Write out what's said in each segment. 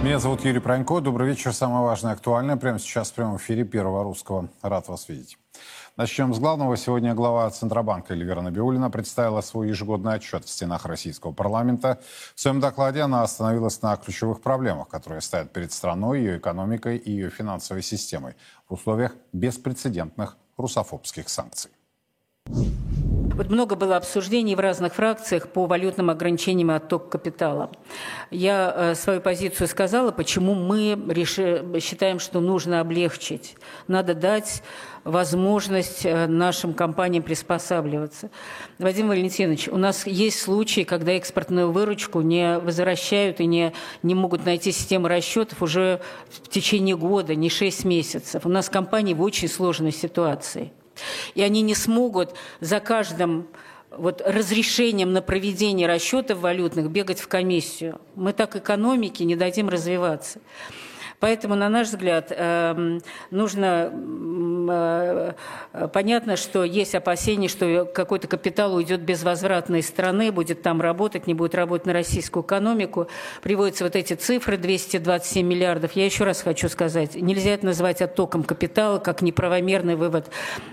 Меня зовут Юрий Пронько. Добрый вечер. Самое важное и актуальное прямо сейчас в прямом эфире Первого Русского. Рад вас видеть. Начнем с главного. Сегодня глава Центробанка Эльвира Набиуллина представила свой ежегодный отчет в стенах российского парламента. В своем докладе она остановилась на ключевых проблемах, которые стоят перед страной, ее экономикой и ее финансовой системой в условиях беспрецедентных русофобских санкций. Вот много было обсуждений в разных фракциях по валютным ограничениям и оттоку капитала. Я свою позицию сказала, почему мы считаем, что нужно облегчить. Надо дать возможность нашим компаниям приспосабливаться. Вадим Валентинович, у нас есть случаи, когда экспортную выручку не возвращают и не могут найти систему расчетов уже в течение года, не 6 месяцев. У нас компании в очень сложной ситуации. И они не смогут за каждым разрешением на проведение расчетов валютных бегать в комиссию. Мы так экономике не дадим развиваться. Поэтому, на наш взгляд, нужно... Понятно, что есть опасения, что какой-то капитал уйдет безвозвратно из страны, будет там работать, не будет работать на российскую экономику. Приводятся вот эти цифры, 227 миллиардов. Я еще раз хочу сказать, нельзя это назвать оттоком капитала, как неправомерный вывод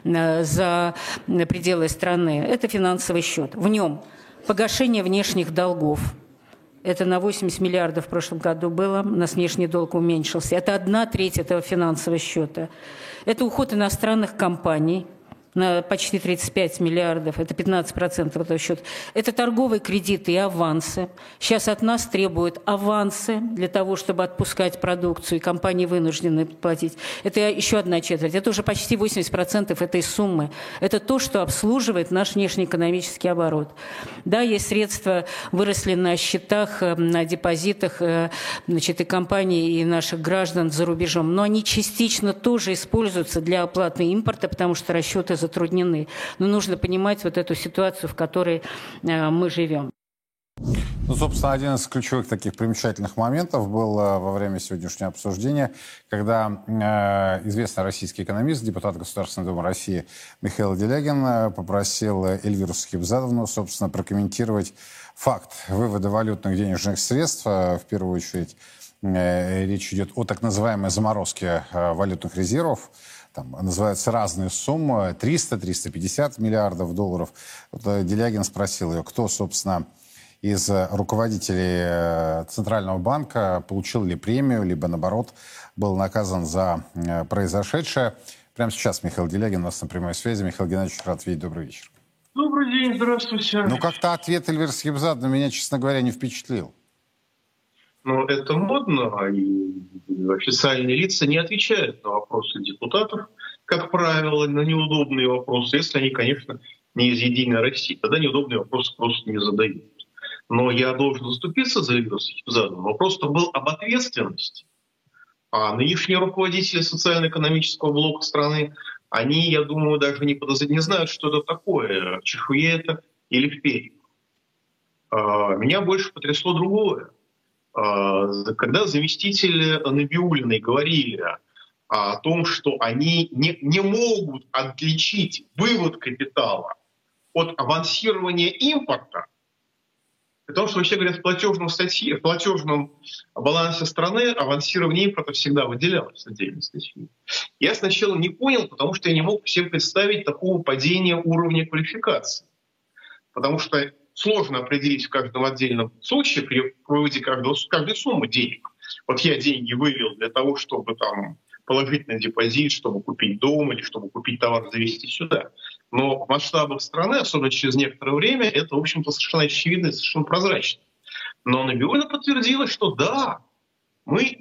за пределы страны. Это финансовый счет. В нем погашение внешних долгов. Это на 80 миллиардов в прошлом году было, у нас внешний долг уменьшился. Это 1/3 этого финансового счета. Это уход иностранных компаний на почти 35 миллиардов, это 15% этого счета. Это торговые кредиты и авансы. Сейчас от нас требуют авансы для того, чтобы отпускать продукцию, и компании вынуждены платить. Это еще 1/4. Это уже почти 80% этой суммы. Это то, что обслуживает наш внешнеэкономический оборот. Да, есть средства, выросли на счетах, на депозитах и компаний, и наших граждан за рубежом, но они частично тоже используются для оплаты импорта, потому что расчеты затруднены. Но нужно понимать вот эту ситуацию, в которой мы живем. Ну, собственно, один из ключевых таких примечательных моментов был во время сегодняшнего обсуждения, когда известный российский экономист, депутат Государственной Думы России Михаил Делягин попросил Эльвиру Сахибзадовну, собственно, прокомментировать факт вывода валютных денежных средств. В первую очередь речь идет о так называемой заморозке валютных резервов. Там называются разные суммы, 300-350 миллиардов долларов. Вот Делягин спросил ее, кто, собственно, из руководителей Центрального банка получил ли премию, либо, наоборот, был наказан за произошедшее. Прямо сейчас Михаил Делягин у нас на прямой связи. Михаил Геннадьевич, рад видеть. Добрый вечер. Добрый день, здравствуйте. Ну, как-то ответ Эльвиры Сахибзадовны меня, честно говоря, не впечатлил. Ну, это модно, и официальные лица не отвечают на вопросы депутатов, как правило, на неудобные вопросы, если они, конечно, не из «Единой России». Тогда неудобные вопросы просто не задают. Но я должен заступиться за Эльвиру Сахибзадовну. Вопрос-то был об ответственности. А нынешние руководители социально-экономического блока страны, они, я думаю, даже не знают, что это такое, чехуе это или в перьях. Меня больше потрясло другое. Когда заместители Набиуллиной говорили о том, что они не могут отличить вывод капитала от авансирования импорта, потому что вообще говорят, в платежном балансе страны авансирование импорта всегда выделялось отдельной статьей. Я сначала не понял, потому что я не мог себе представить такого падения уровня квалификации. Потому что сложно определить в каждом отдельном случае при выводе каждой суммы денег. Вот я деньги вывел для того, чтобы там положить на депозит, чтобы купить дом или чтобы купить товар, завезти сюда. Но в масштабах страны, особенно через некоторое время, это, в общем-то, совершенно очевидно и совершенно прозрачно. Но Набиуллина подтвердила, что да, они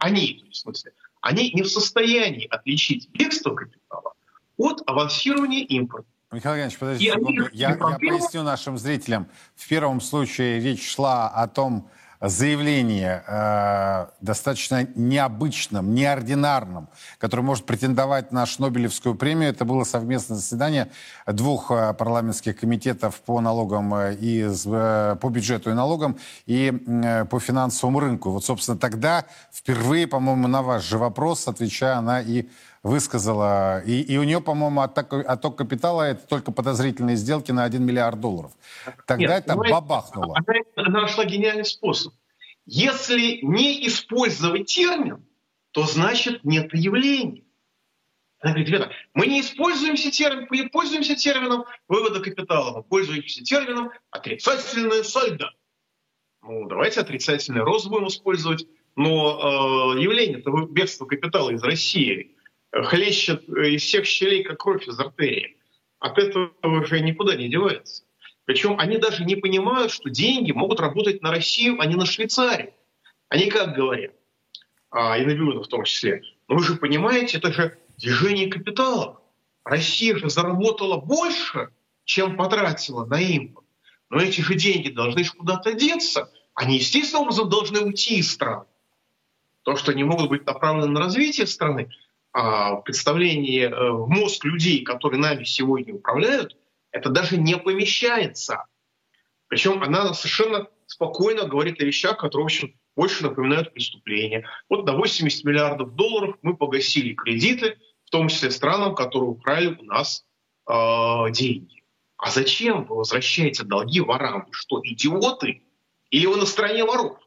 не в состоянии отличить бегство капитала от авансирования импорта. Михаил Геннадьевич, подождите секунду. Я поясню нашим зрителям. В первом случае речь шла о том заявлении достаточно необычном, неординарном, которое может претендовать на Нобелевскую премию. Это было совместное заседание двух парламентских комитетов по налогам по бюджету и налогам и по финансовому рынку. Вот, собственно, тогда впервые, по-моему, на ваш же вопрос, отвечая, она и высказала. И у нее, по-моему, отток капитала — это только подозрительные сделки на $1 миллиард. Тогда это бабахнуло. Она нашла гениальный способ. Если не использовать термин, то значит нет явления. Она говорит, ребята, мы не пользуемся термином вывода капитала, мы пользуемся термином отрицательная сальдо. Ну, давайте отрицательный рост будем использовать, но явление-то бегства капитала из России хлещет из всех щелей, как кровь из артерии. От этого уже никуда не девается. Причем они даже не понимают, что деньги могут работать на Россию, а не на Швейцарию. Они как говорят, и на Бюллина в том числе, но вы же понимаете, это же движение капитала. Россия же заработала больше, чем потратила на импорт. Но эти же деньги должны же куда-то деться. Они естественным образом должны уйти из страны. То, что они могут быть направлены на развитие страны, а представление в мозг людей, которые нами сегодня управляют, это даже не помещается. Причем она совершенно спокойно говорит о вещах, которые, в общем, больше напоминают преступления. Вот на 80 миллиардов долларов мы погасили кредиты, в том числе странам, которые украли у нас деньги. А зачем вы возвращаете долги ворам? Вы что, идиоты? Или вы на стороне воров?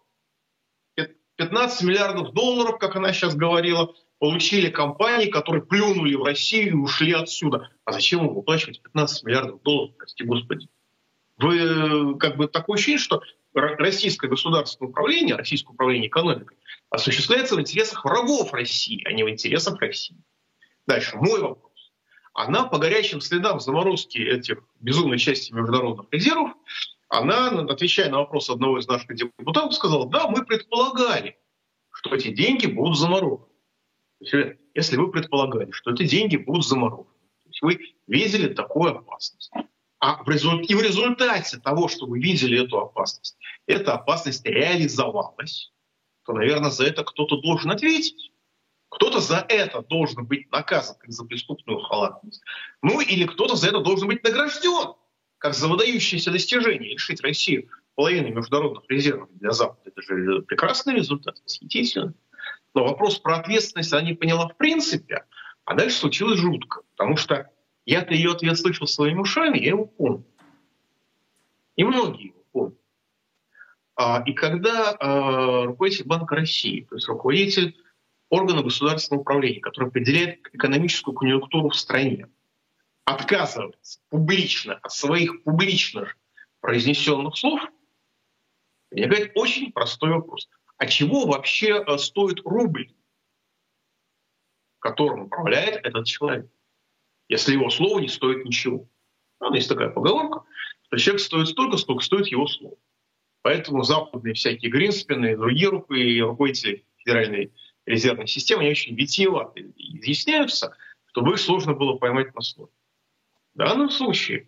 15 миллиардов долларов, как она сейчас говорила, получили компании, которые плюнули в Россию и ушли отсюда. А зачем им выплачивать 15 миллиардов долларов, прости господи? Вы как бы такое ощущение, что российское государственное управление, российское управление экономикой осуществляется в интересах врагов России, а не в интересах России. Дальше, мой вопрос. Она по горячим следам заморозки этих безумной части международных резервов, она, отвечая на вопрос одного из наших депутатов, сказала, да, мы предполагали, что эти деньги будут заморожены. Если вы предполагали, что эти деньги будут заморожены, то есть вы видели такую опасность, и в результате того, что вы видели эту опасность, эта опасность реализовалась, то, наверное, за это кто-то должен ответить. Кто-то за это должен быть наказан, как за преступную халатность. Ну или кто-то за это должен быть награжден, как за выдающееся достижение, лишить Россию половины международных резервов для Запада. Это же прекрасный результат, восхитительный. Но вопрос про ответственность она не поняла в принципе, а дальше случилось жутко, потому что я-то ее ответ слышал своими ушами, я его помню. И многие его помнят. И когда руководитель Банка России, то есть руководитель органа государственного управления, который определяет экономическую конъюнктуру в стране, отказывается публично от своих публичных произнесенных слов, возникает очень простой вопрос. А чего вообще стоит рубль, которым управляет этот человек, если его слово не стоит ничего? Ну, есть такая поговорка, что человек стоит столько, сколько стоит его слово. Поэтому западные всякие Гринспены и другие руководители Федеральной резервной системы, они очень витиевато изъясняются, чтобы их сложно было поймать на слове. В данном случае,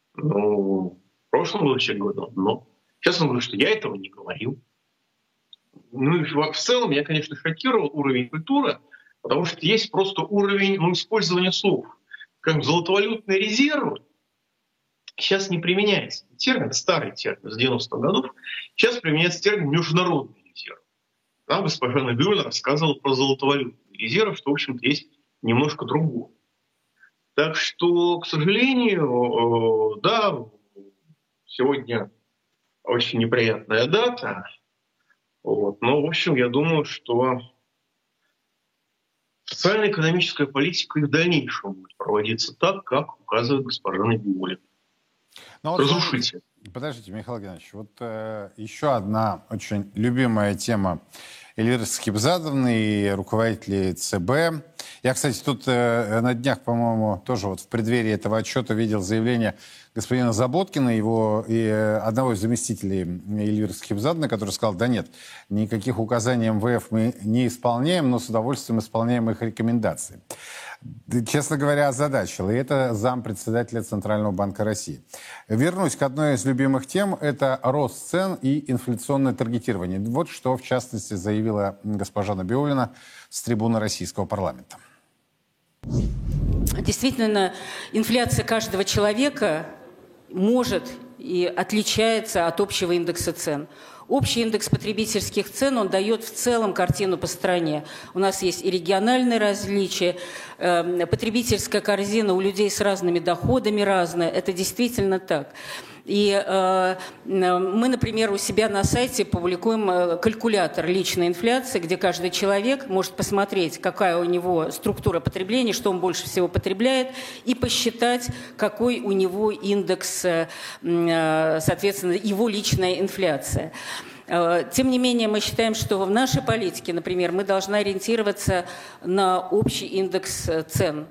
в прошлом году человек говорил одно, сейчас он говорит, что я этого не говорил. Ну и в целом меня, конечно, шокировал уровень культуры, потому что есть просто уровень использования слов. Как золотовалютные резервы сейчас не применяется. Термин, старый термин с 90-х годов, сейчас применяется термин международный резерв. Нам госпожа Набиуллина рассказывала про золотовалютный резерв, что, в общем-то, есть немножко другое. Так что, к сожалению, да, сегодня очень неприятная дата. Но, в общем, я думаю, что социально-экономическая политика и в дальнейшем будет проводиться так, как указывает госпожа Набиуллина. Разрушите. Подождите, Михаил Геннадьевич, вот еще одна очень любимая тема Эльвиры Скибзадовны и руководителей ЦБ. Я, кстати, тут на днях, по-моему, тоже вот в преддверии этого отчета видел заявление господина Заботкина, его и одного из заместителей Эльвиры Скибзадовны, который сказал, да нет, никаких указаний МВФ мы не исполняем, но с удовольствием исполняем их рекомендации. Честно говоря, озадачил. И это зампредседателя Центрального банка России. Вернусь к одной из любимых тем. Это рост цен и инфляционное таргетирование. Вот что, в частности, заявила госпожа Набиуллина с трибуны российского парламента. Действительно, инфляция каждого человека может и отличается от общего индекса цен. Общий индекс потребительских цен, он дает в целом картину по стране. У нас есть и региональные различия, потребительская корзина у людей с разными доходами разная. Это действительно так. И мы, например, у себя на сайте публикуем калькулятор личной инфляции, где каждый человек может посмотреть, какая у него структура потребления, что он больше всего потребляет, и посчитать, какой у него индекс, соответственно, его личная инфляция. Тем не менее, мы считаем, что в нашей политике, например, мы должны ориентироваться на общий индекс цен.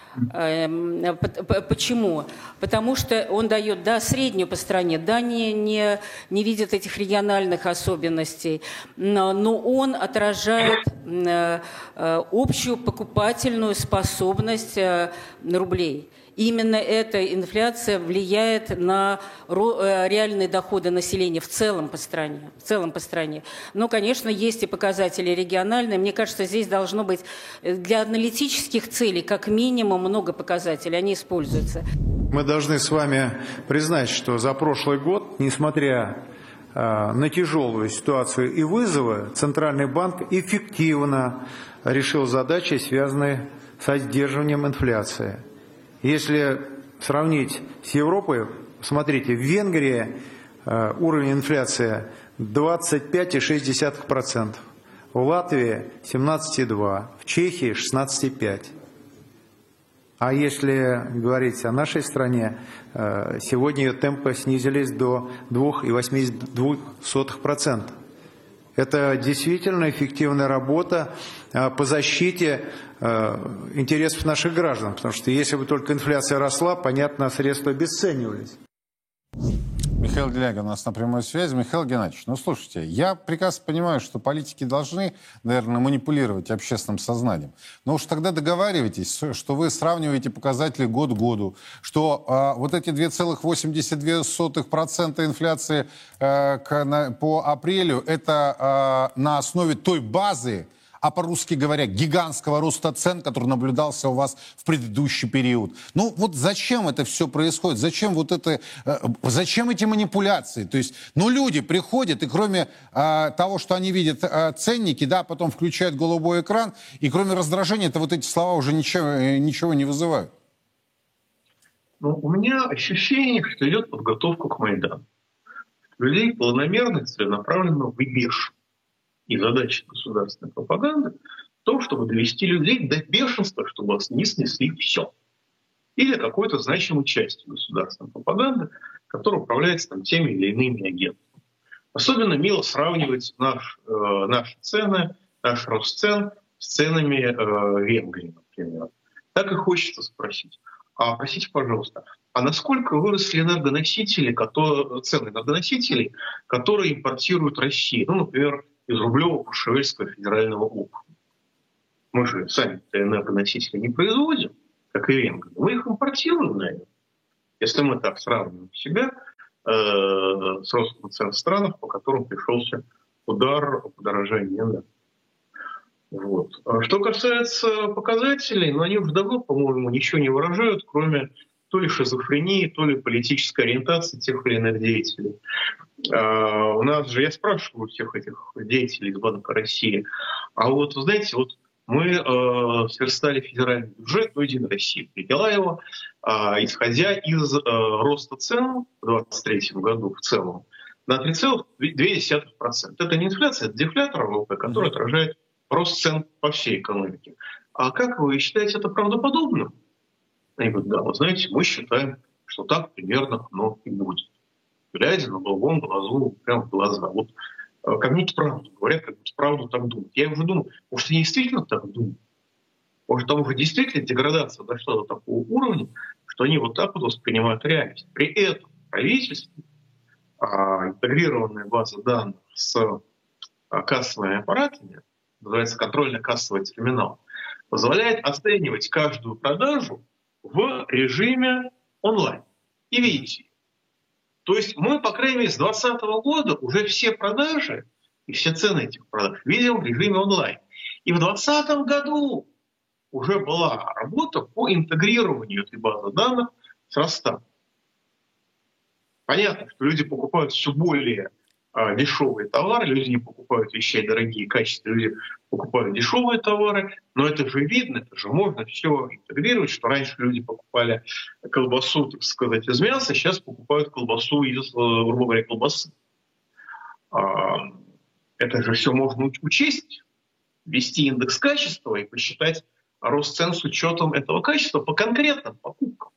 Почему? Потому что он дает, да, среднюю по стране, да, не видит этих региональных особенностей, но он отражает общую покупательную способность рублей. Именно эта инфляция влияет на реальные доходы населения в целом по стране. Но, конечно, есть и показатели региональные. Мне кажется, здесь должно быть для аналитических целей как минимум много показателей. Они используются. Мы должны с вами признать, что за прошлый год, несмотря на тяжелую ситуацию и вызовы, Центральный банк эффективно решил задачи, связанные со сдерживанием инфляции. Если сравнить с Европой, смотрите, в Венгрии уровень инфляции 25,6%, в Латвии 17,2%, в Чехии 16,5%. А если говорить о нашей стране, сегодня ее темпы снизились до 2,82%. Это действительно эффективная работа по защите интересов наших граждан, потому что если бы только инфляция росла, понятно, средства обесценивались. Михаил Делягин у нас на прямой связи. Михаил Геннадьевич, ну слушайте, я прекрасно понимаю, что политики должны, наверное, манипулировать общественным сознанием. Но уж тогда договаривайтесь, что вы сравниваете показатели год к году, что вот эти 2,82% инфляции по апрелю это на основе той базы, а по-русски говоря, гигантского роста цен, который наблюдался у вас в предыдущий период. Ну вот зачем это все происходит? Зачем зачем эти манипуляции? То есть, ну люди приходят, и кроме того, что они видят ценники, да, потом включают голубой экран, и кроме раздражения, это вот эти слова уже ничего не вызывают. Ну, у меня ощущение, что идет подготовка к Майдану. Людей планомерно, целенаправленно выбешивают. И задача государственной пропаганды в том, чтобы довести людей до бешенства, чтобы они снесли все. Или какой-то значимой частью государственной пропаганды, которая управляется там теми или иными агентами. Особенно мило сравнивать наши цены, наш рост цен с ценами Венгрии, например. Так и хочется спросить. Простите, пожалуйста, а насколько выросли цены энергоносителей, которые импортирует Россия? Ну, например, из Рублево-Кушевельского федерального округа. Мы же сами энергоносители не производим, как и венгры. Мы их импортируем, наверное. Если мы так сравниваем себя с ростом цен в странах, по которым пришелся удар подорожания энергии. Вот. Что касается показателей, они уже давно, по-моему, ничего не выражают, кроме то ли шизофрении, то ли политической ориентации тех или иных деятелей. У нас же, я спрашиваю всех этих деятелей из Банка России, вы знаете, мы сверстали федеральный бюджет, Единая Россия приняла его, исходя из роста цен в 2023 году в целом на 3,2%. Это не инфляция, это дефлятор ВВП, который отражает рост цен по всей экономике. А как вы считаете это правдоподобным? Они говорят, да, вы знаете, мы считаем, что так примерно оно и будет. Глядя на голубом глазу, прямо в глаза. Как будто правду говорят, как будто правду так думают. Я уже думаю, может, они действительно так думают? Может, там уже действительно деградация дошла до такого уровня, что они вот так вот воспринимают реальность. При этом правительство, интегрированная база данных с кассовыми аппаратами, называется контрольно-кассовый терминал, позволяет оценивать каждую продажу в режиме онлайн. И видите, то есть мы, по крайней мере, с 2020 года уже все продажи и все цены этих продаж видим в режиме онлайн. И в 2020 году уже была работа по интегрированию этой базы данных с Росстатом. Понятно, что люди покупают все более дешевые товары, люди не покупают вещи дорогие, качественные, люди покупают дешевые товары, но это же видно, это же можно все интегрировать, что раньше люди покупали колбасу, так сказать, из мяса, сейчас покупают колбасу из, грубо говоря, колбасы. Это же все можно учесть, ввести индекс качества и посчитать рост цен с учетом этого качества по конкретным покупкам.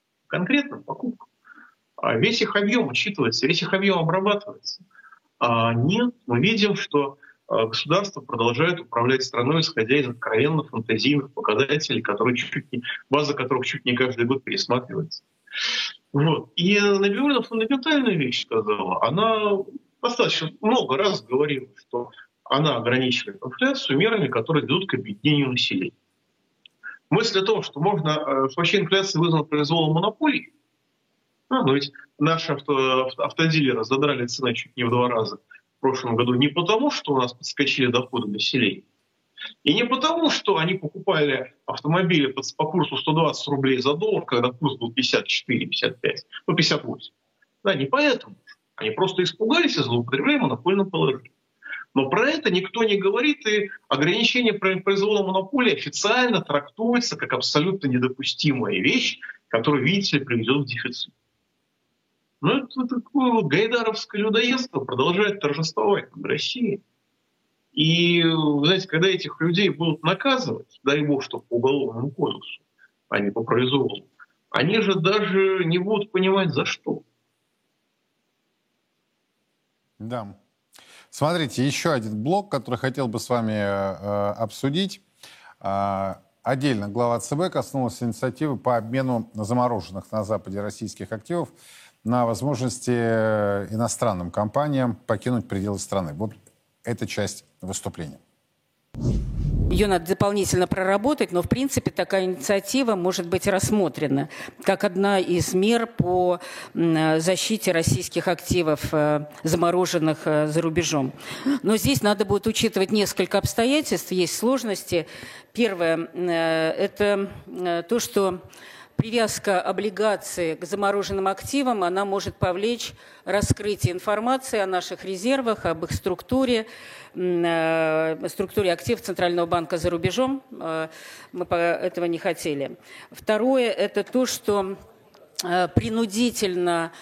Весь их объем учитывается, весь их объем обрабатывается. Нет, мы видим, что государство продолжает управлять страной, исходя из откровенно фантазийных показателей, база которых чуть не каждый год пересматривается. Вот. И Набиуллина фундаментальную вещь сказала. Она достаточно много раз говорила, что она ограничивает инфляцию мерами, которые ведут к объединению населения. Мысль о том, что вообще инфляция вызвана произволом монополий, но ведь наши автодилеры задрали цены чуть не в 2 раза в прошлом году не потому, что у нас подскочили доходы населения, и не потому, что они покупали автомобили по курсу 120 рублей за доллар, когда курс был 54, 55, 58. Да, не поэтому. Они просто испугались и злоупотребляли монопольным положением. Но про это никто не говорит, и ограничение произвола монополии официально трактуется как абсолютно недопустимая вещь, которая, видите ли, приведет к дефициту. Но это такое вот гайдаровское людоедство продолжает торжествовать над Россией. И, знаете, когда этих людей будут наказывать, дай бог, что по уголовному кодексу, а не по произволу, они же даже не будут понимать, за что. Да. Смотрите, еще один блок, который хотел бы с вами обсудить. Отдельно глава ЦБ коснулась инициативы по обмену замороженных на Западе российских активов на возможности иностранным компаниям покинуть пределы страны. Вот эта часть выступления. Ее надо дополнительно проработать, но в принципе такая инициатива может быть рассмотрена как одна из мер по защите российских активов, замороженных за рубежом. Но здесь надо будет учитывать несколько обстоятельств, есть сложности. Первое – это то, что привязка облигаций к замороженным активам, она может повлечь раскрытие информации о наших резервах, об их структуре активов Центрального банка за рубежом. Мы этого не хотели. Второе – это то, что принудительно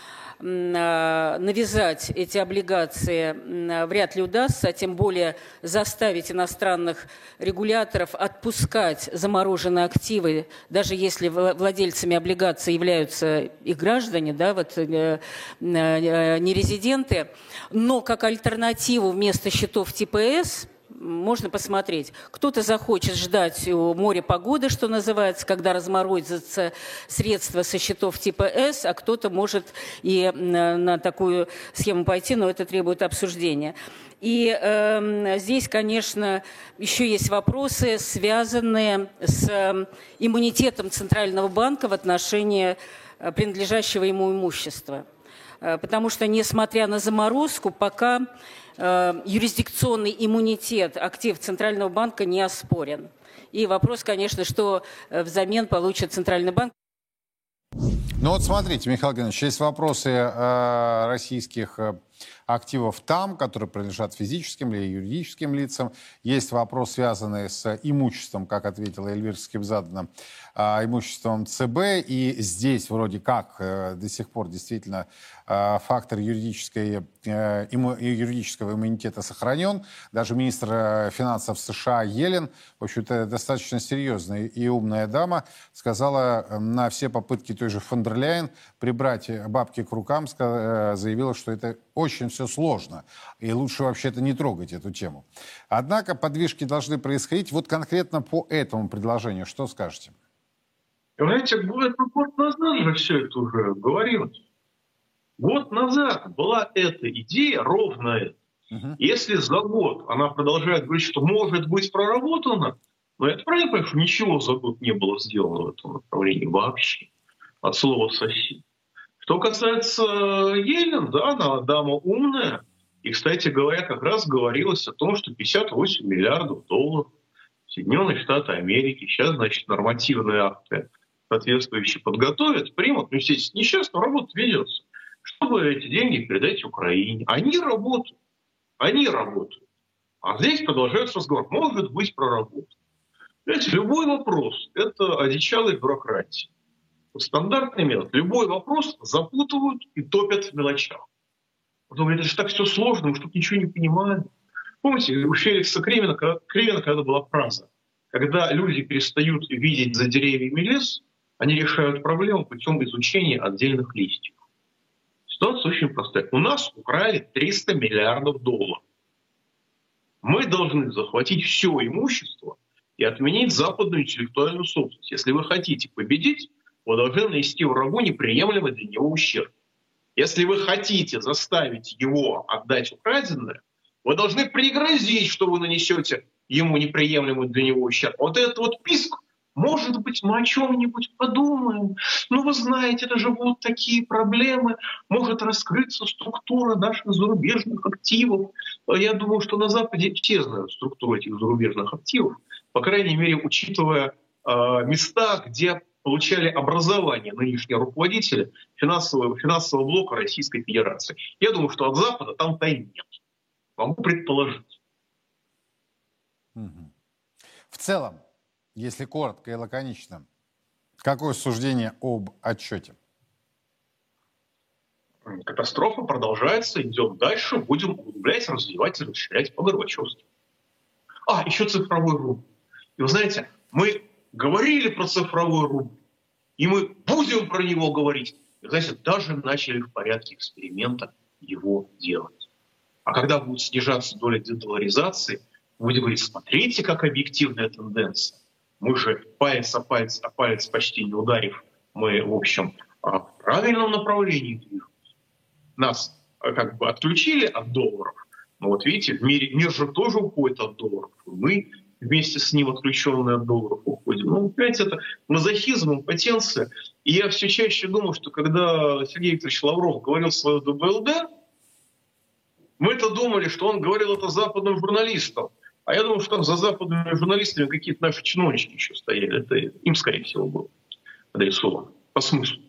навязать эти облигации вряд ли удастся, а тем более заставить иностранных регуляторов отпускать замороженные активы, даже если владельцами облигаций являются их граждане, да, вот, не резиденты, но как альтернативу вместо счетов типа С можно посмотреть. Кто-то захочет ждать у моря погоды, что называется, когда разморозятся средства со счетов типа С, а кто-то может и на такую схему пойти, но это требует обсуждения. И здесь, конечно, еще есть вопросы, связанные с иммунитетом Центрального банка в отношении принадлежащего ему имущества. Потому что, несмотря на заморозку, пока юрисдикционный иммунитет активов Центрального банка не оспорен. И вопрос, конечно, что взамен получит Центральный банк. Ну вот смотрите, Михаил Геннадьевич, есть вопросы российских активов там, которые принадлежат физическим или юридическим лицам. Есть вопрос, связанный с имуществом, как ответила Эльвира Скибзадовна, имуществом ЦБ. И здесь вроде как до сих пор действительно фактор юридического иммунитета сохранен. Даже министр финансов США Йеллен, в общем-то, достаточно серьезная и умная дама, сказала на все попытки той же фон дер Ляйен прибрать бабки к рукам, заявила, что это очень все сложно, и лучше вообще-то не трогать эту тему. Однако подвижки должны происходить. Вот конкретно по этому предложению что скажете? Понимаете, год назад же все это уже говорилось. Год назад была эта идея, ровно эта. Если за год она продолжает говорить, что может быть проработано, но это правильно понимаю, что ничего за год не было сделано в этом направлении вообще. От слова совсем. Что касается Йеллен, да, она дама умная. И, кстати говоря, как раз говорилось о том, что 58 миллиардов долларов Соединенные Штаты Америки сейчас, значит, нормативные акты соответствующие подготовят, примут. Ну, естественно, не сейчас, но работа ведется. чтобы эти деньги передать Украине. Они работают. Они работают. А здесь продолжается разговор. Может быть, проработают. Знаете, любой вопрос – это одичалая бюрократия. Стандартный метод. Любой вопрос запутывают и топят в мелочах. Потом говорят, это же так все сложно, мы что-то ничего не понимаем. Помните, у Феликса Кремена когда была фраза: когда люди перестают видеть за деревьями лес, они решают проблему путем изучения отдельных листьев. Ситуация очень простая. У нас украли $300 миллиардов. Мы должны захватить все имущество и отменить западную интеллектуальную собственность. Если вы хотите победить, вы должны нанести врагу неприемлемый для него ущерб. Если вы хотите заставить его отдать украденное, вы должны пригрозить, что вы нанесете ему неприемлемый для него ущерб. Вот этот вот писк, может быть, мы о чем-нибудь подумаем. Ну, вы знаете, это же будут такие проблемы. Может раскрыться структура наших зарубежных активов. Я думаю, что на Западе все знают структуру этих зарубежных активов. По крайней мере, учитывая места, где получали образование нынешние руководители финансового блока Российской Федерации. Я думаю, что от Запада там тайн нет. Могу предположить. В целом, если коротко и лаконично, какое суждение об отчете? Катастрофа продолжается, идет дальше, будем углублять, развивать и расширять по-горбачевски. Еще цифровой рубль. И вы знаете, мы говорили про цифровой рубль, и мы будем про него говорить. И, знаете, даже начали в порядке эксперимента его делать. А когда будет снижаться доля дедоларизации, будем говорить, смотрите, как объективная тенденция. Мы же палец о палец почти не ударив, мы, в общем, в правильном направлении движемся. Нас как бы отключили от долларов, но вот видите, мир же тоже уходит от долларов. Мы вместе с ним, отключенные от долларов, уходим. Ну, понимаете, это мазохизм, импотенция. И я все чаще думаю, что когда Сергей Викторович Лавров говорил свое ДБЛД, мы-то думали, что он говорил это западным журналистам. А я думаю, что там за западными журналистами какие-то наши чиновнички еще стояли. Это им, скорее всего, было адресовано. По смыслу.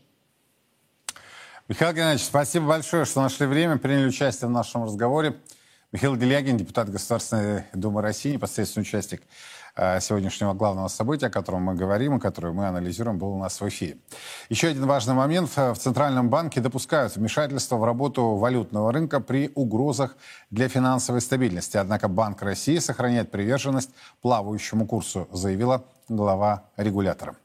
Михаил Геннадьевич, спасибо большое, что нашли время, приняли участие в нашем разговоре. Михаил Делягин, депутат Государственной Думы России, непосредственный участник сегодняшнего главного события, о котором мы говорим и которое мы анализируем, был у нас в эфире. Еще один важный момент. В Центральном банке допускают вмешательство в работу валютного рынка при угрозах для финансовой стабильности. Однако Банк России сохраняет приверженность плавающему курсу, заявила глава регулятора.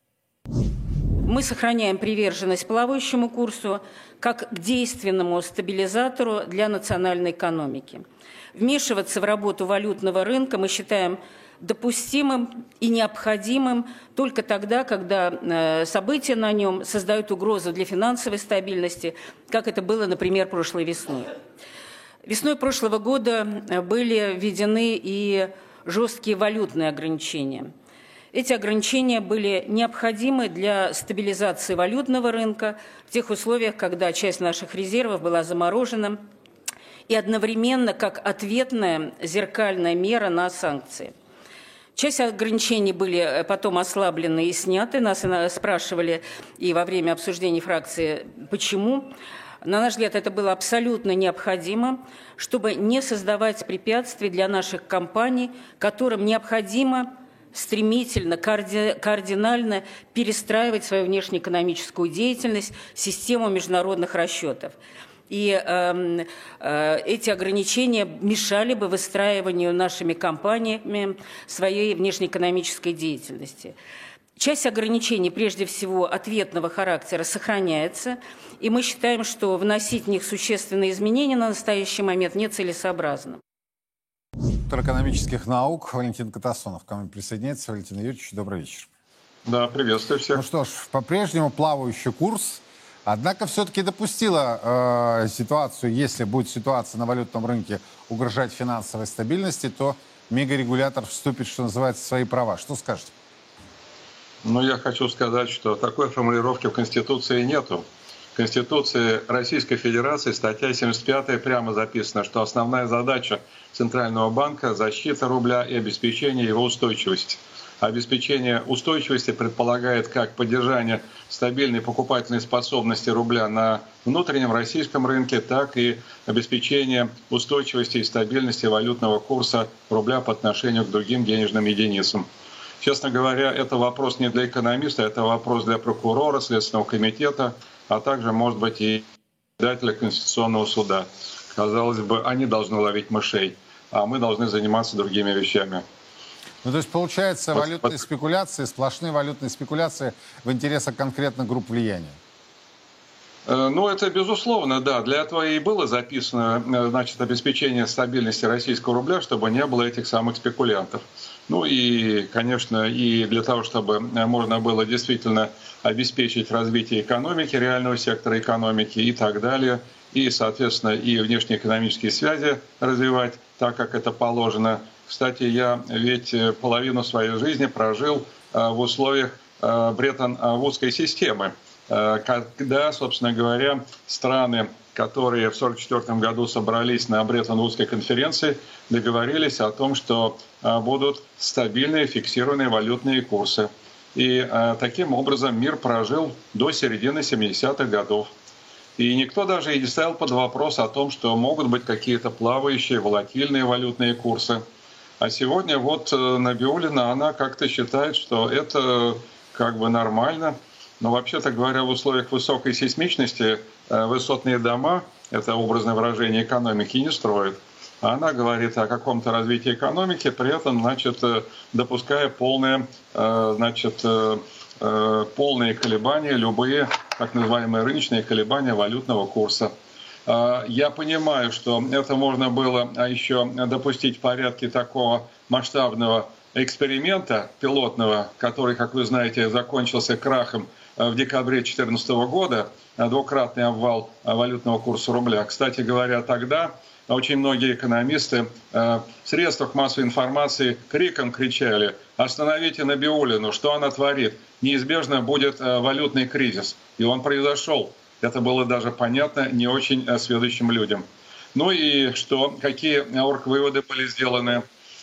Мы сохраняем приверженность плавающему курсу как к действенному стабилизатору для национальной экономики. Вмешиваться в работу валютного рынка мы считаем допустимым и необходимым только тогда, когда события на нем создают угрозу для финансовой стабильности, как это было, например, прошлой весной. Весной прошлого года были введены и жесткие валютные ограничения. Эти ограничения были необходимы для стабилизации валютного рынка в тех условиях, когда часть наших резервов была заморожена, и одновременно как ответная зеркальная мера на санкции. Часть ограничений были потом ослаблены и сняты. Нас спрашивали и во время обсуждений фракции, почему. На наш взгляд, это было абсолютно необходимо, чтобы не создавать препятствий для наших компаний, которым необходимо стремительно, кардинально перестраивать свою внешнеэкономическую деятельность, систему международных расчетов. И эти ограничения мешали бы выстраиванию нашими компаниями своей внешнеэкономической деятельности. Часть ограничений, прежде всего ответного характера, сохраняется, и мы считаем, что вносить в них существенные изменения на настоящий момент нецелесообразно. Доктор экономических наук Валентин Катасонов ко мне присоединяется. Валентин Юрьевич, добрый вечер. Да, приветствую всех. Ну что ж, по-прежнему плавающий курс, однако все-таки допустила ситуацию, если будет ситуация на валютном рынке угрожать финансовой стабильности, то мегарегулятор вступит, что называется, в свои права. Что скажете? Ну, я хочу сказать, что такой формулировки в Конституции нету. В Конституции Российской Федерации статья 75 прямо записано, что основная задача Центрального банка – защита рубля и обеспечение его устойчивости. обеспечение устойчивости предполагает как поддержание стабильной покупательной способности рубля на внутреннем российском рынке, так и обеспечение устойчивости и стабильности валютного курса рубля по отношению к другим денежным единицам. Честно говоря, это вопрос не для экономиста, это вопрос для прокурора, Следственного комитета, а также, может быть, и председателя Конституционного суда. Казалось бы, они должны ловить мышей, а мы должны заниматься другими вещами. Ну, то есть, получается, валютные спекуляции, сплошные валютные спекуляции в интересах конкретных групп влияния? Ну, это безусловно, да. Для этого и было записано, значит, обеспечение стабильности российского рубля, чтобы не было этих самых спекулянтов. Ну и, конечно, и для того, чтобы можно было действительно обеспечить развитие экономики, реального сектора экономики и так далее, и, соответственно, и внешнеэкономические связи развивать так, как это положено. Кстати, я ведь половину своей жизни прожил в условиях Бреттон-Вудской системы, когда, собственно говоря, страны, которые в 1944 году собрались на Бреттон-Вудской конференции, договорились о том, что будут стабильные фиксированные валютные курсы. И таким образом мир прожил до середины 70-х годов. И никто даже и не ставил под вопрос о том, что могут быть какие-то плавающие, волатильные валютные курсы. А сегодня вот Набиуллина, она как-то считает, что это как бы нормально. Но вообще-то говоря, в условиях высокой сейсмичности высотные дома, это образное выражение экономики, не строят. А она говорит о каком-то развитии экономики, при этом, значит, допуская полные колебания, любые так называемые рыночные колебания валютного курса. Я понимаю, что это можно было еще допустить в порядке такого масштабного эксперимента пилотного, который, как вы знаете, закончился крахом в декабре 2014 года, двукратный обвал валютного курса рубля. Кстати говоря, тогда очень многие экономисты в средствах массовой информации криком кричали: «Остановите Набиуллину, что она творит? Неизбежно будет валютный кризис». И он произошел. Это было даже понятно не очень сведущим людям. Ну и что? Какие оргвыводы были сделаны?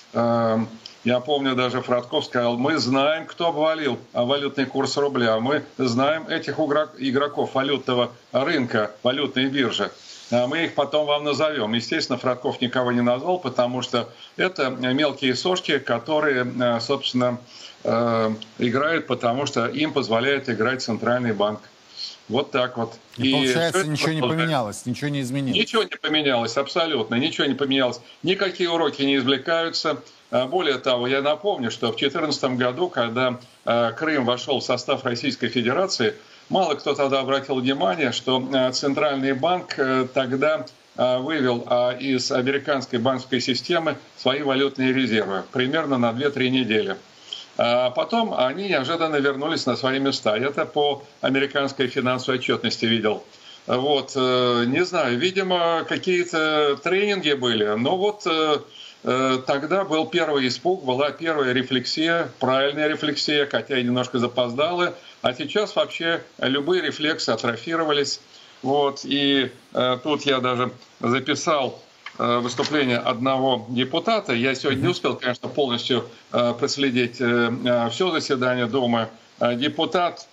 Я помню, даже Фродков сказал: мы знаем, кто обвалил валютный курс рубля, мы знаем этих игроков валютного рынка, валютной биржи. Мы их потом вам назовем. Естественно, Фродков никого не назвал, потому что это мелкие сошки, которые, собственно, играют, потому что им позволяет играть Центральный банк. Вот так вот. И получается, ничего не поменялось, ничего не изменилось. Ничего не поменялось, абсолютно, ничего не поменялось. Никакие уроки не извлекаются. Более того, я напомню, что в 2014 году, когда Крым вошел в состав Российской Федерации, мало кто тогда обратил внимание, что Центральный банк тогда вывел из американской банковской системы свои валютные резервы примерно на 2-3 недели. А потом они неожиданно вернулись на свои места. Я это по американской финансовой отчетности видел. Вот, не знаю, видимо, какие-то тренинги были, но вот тогда был первый испуг, была первая рефлексия, правильная рефлексия, хотя и немножко запоздалая, а сейчас вообще любые рефлексы атрофировались. Вот, и тут я даже записал выступление одного депутата. Я сегодня не успел, конечно, полностью проследить все заседание Думы. Депутат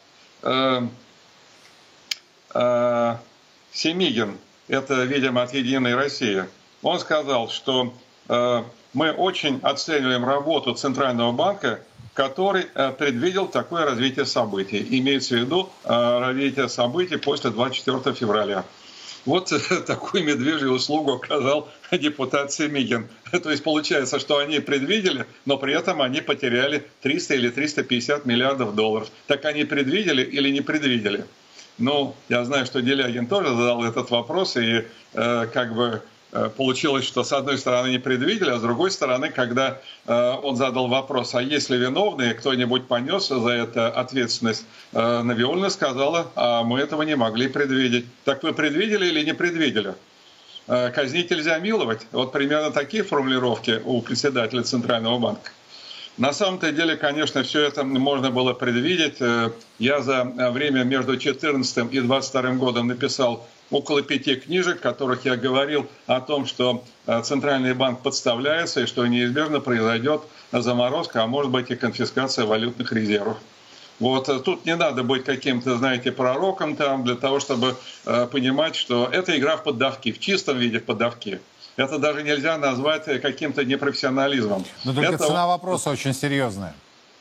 Семигин, это, видимо, от «Единой России», он сказал, что мы очень оцениваем работу Центрального банка, который предвидел такое развитие событий. Имеется в виду развитие событий после 24 февраля. Вот такую медвежью услугу оказал депутат Семигин. То есть получается, что они предвидели, но при этом они потеряли 300 или 350 миллиардов долларов. Так они предвидели или не предвидели? Ну, я знаю, что Делягин тоже задал этот вопрос, и как бы получилось, что с одной стороны не предвидели, а с другой стороны, когда он задал вопрос, а есть ли виновные, кто-нибудь понес за это ответственность, Набиуллина сказала: а мы этого не могли предвидеть. Так вы предвидели или не предвидели? Казнить нельзя миловать. Вот примерно такие формулировки у председателя Центрального банка. На самом-то деле, конечно, все это можно было предвидеть. Я за время между 2014 и 2022 годом написал около 5 книжек, в которых я говорил о том, что Центральный банк подставляется и что неизбежно произойдет заморозка, а может быть и конфискация валютных резервов. Вот тут не надо быть каким-то, знаете, пророком там для того, чтобы понимать, что это игра в поддавки, в чистом виде в поддавки. Это даже нельзя назвать каким-то непрофессионализмом. Но только цена вопроса очень серьезная.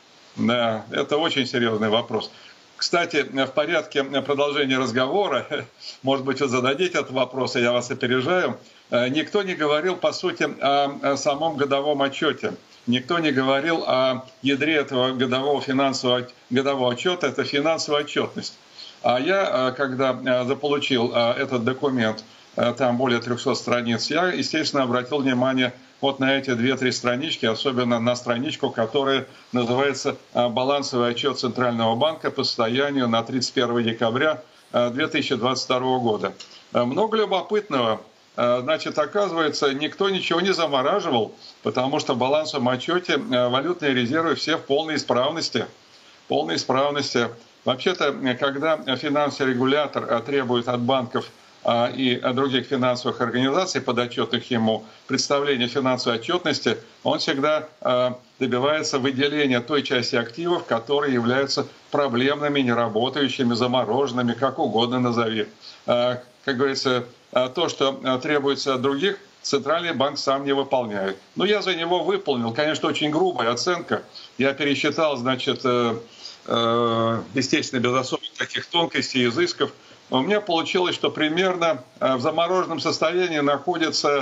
Да, это очень серьезный вопрос. Кстати, в порядке продолжения разговора, может быть, вы зададите этот вопрос, и я вас опережаю, никто не говорил, по сути, о самом годовом отчете. Никто не говорил о ядре этого годового отчета, это финансовая отчетность. А я, когда заполучил этот документ, там более 300 страниц, я, естественно, обратил внимание вот на эти 2-3 странички, особенно на страничку, которая называется «Балансовый отчет Центрального банка по состоянию на 31 декабря 2022 года». Много любопытного. Значит, оказывается, никто ничего не замораживал, потому что в балансовом отчете валютные резервы все в полной исправности. Полной исправности. Вообще-то, когда финансовый регулятор требует от банков и других финансовых организаций, подотчетных ему, представления финансовой отчетности, он всегда добивается выделения той части активов, которые являются проблемными, неработающими, замороженными, как угодно назови. Как говорится, то, что требуется от других, Центральный банк сам не выполняет. Но я за него выполнил. Конечно, очень грубая оценка. Я пересчитал, значит, естественно, без особых таких тонкостей и изысков. У меня получилось, что примерно в замороженном состоянии находится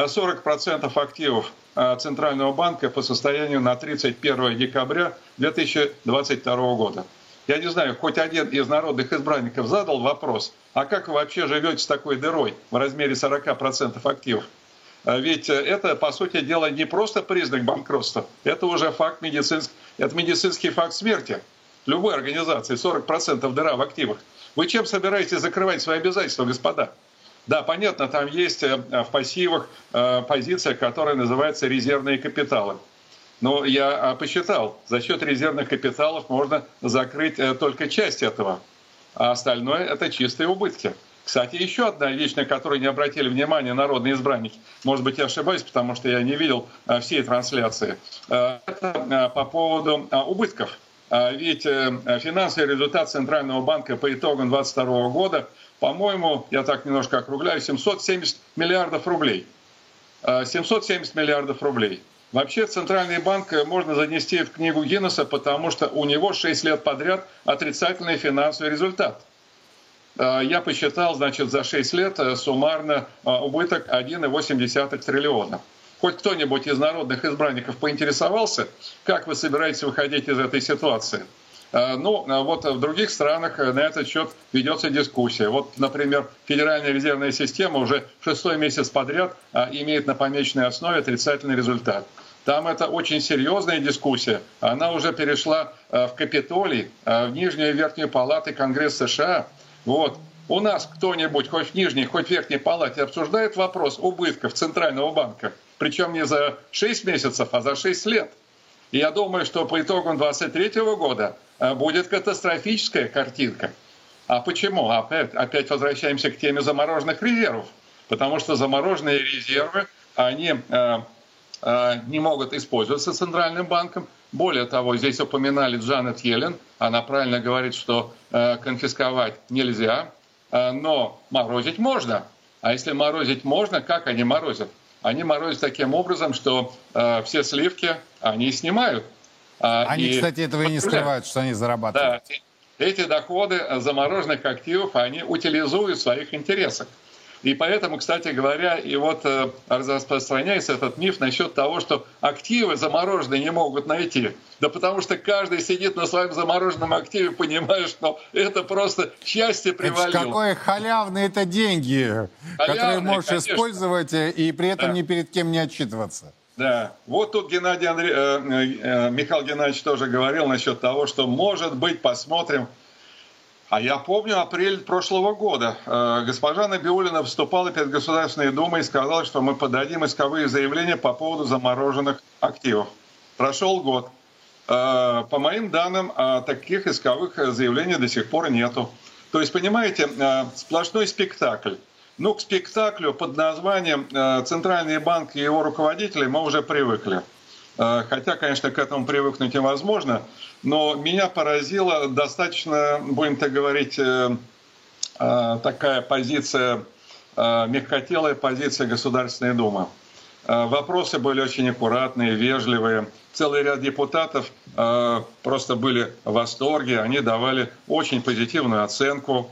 40% активов Центрального банка по состоянию на 31 декабря 2022 года. Я не знаю, хоть один из народных избранников задал вопрос, а как вы вообще живете с такой дырой в размере 40% активов? Ведь это, по сути дела, не просто признак банкротства, это уже факт медицинский факт смерти любой организации, 40% дыра в активах. Вы чем собираетесь закрывать свои обязательства, господа? Да, понятно, там есть в пассивах позиция, которая называется резервные капиталы. Но я посчитал, за счет резервных капиталов можно закрыть только часть этого, а остальное – это чистые убытки. Кстати, еще одна вещь, на которую не обратили внимания народные избранники, может быть, я ошибаюсь, потому что я не видел всей трансляции, это по поводу убытков. Ведь финансовый результат Центрального банка по итогам 2022 года, по-моему, я так немножко округляю, 770 миллиардов рублей. 770 миллиардов рублей. Вообще Центральный банк можно занести в книгу Гиннесса, потому что у него 6 лет подряд отрицательный финансовый результат. Я посчитал, значит, за 6 лет суммарно убыток 1,8 триллиона. Хоть кто-нибудь из народных избранников поинтересовался, как вы собираетесь выходить из этой ситуации? Ну, вот в других странах на этот счет ведется дискуссия. Вот, например, Федеральная резервная система уже 6-й месяц подряд имеет на помесячной основе отрицательный результат. Там это очень серьезная дискуссия. Она уже перешла в Капитолий, в Нижнюю и Верхнюю палаты Конгресса США. Вот. У нас кто-нибудь, хоть в Нижней, хоть в Верхней палате, обсуждает вопрос убытков Центрального банка? Причем не за 6 месяцев, а за 6 лет. И я думаю, что по итогам 2023 года будет катастрофическая картинка. А почему? Опять возвращаемся к теме замороженных резервов. Потому что замороженные резервы, они не могут использоваться Центральным банком. Более того, здесь упоминали Джанет Йеллен. Она правильно говорит, что конфисковать нельзя, но морозить можно. А если морозить можно, как они морозят? Они морозят таким образом, что все сливки они снимают. Они, кстати, этого и не скрывают, что они зарабатывают. Да, эти доходы замороженных активов они утилизуют в своих интересах. И поэтому, кстати говоря, и вот распространяется этот миф насчет того, что активы замороженные не могут найти. Да потому что каждый сидит на своем замороженном активе, понимая, что это просто счастье привалило. Это какое халявные это деньги, которые можешь конечно использовать и при этом ни перед кем не отчитываться. Да, вот тут Михаил Геннадьевич тоже говорил насчет того, что, может быть, посмотрим. А я помню апрель прошлого года. Госпожа Набиуллина выступала перед Государственной Думой и сказала, что мы подадим исковые заявления по поводу замороженных активов. Прошел год. По моим данным, таких исковых заявлений до сих пор нету. То есть, понимаете, сплошной спектакль. Ну, к спектаклю под названием «Центральный банк и его руководители» мы уже привыкли. Хотя, конечно, к этому привыкнуть невозможно. Но меня поразила достаточно, будем так говорить, такая позиция, мягкотелая позиция Государственной Думы. Вопросы были очень аккуратные, вежливые. Целый ряд депутатов просто были в восторге. Они давали очень позитивную оценку.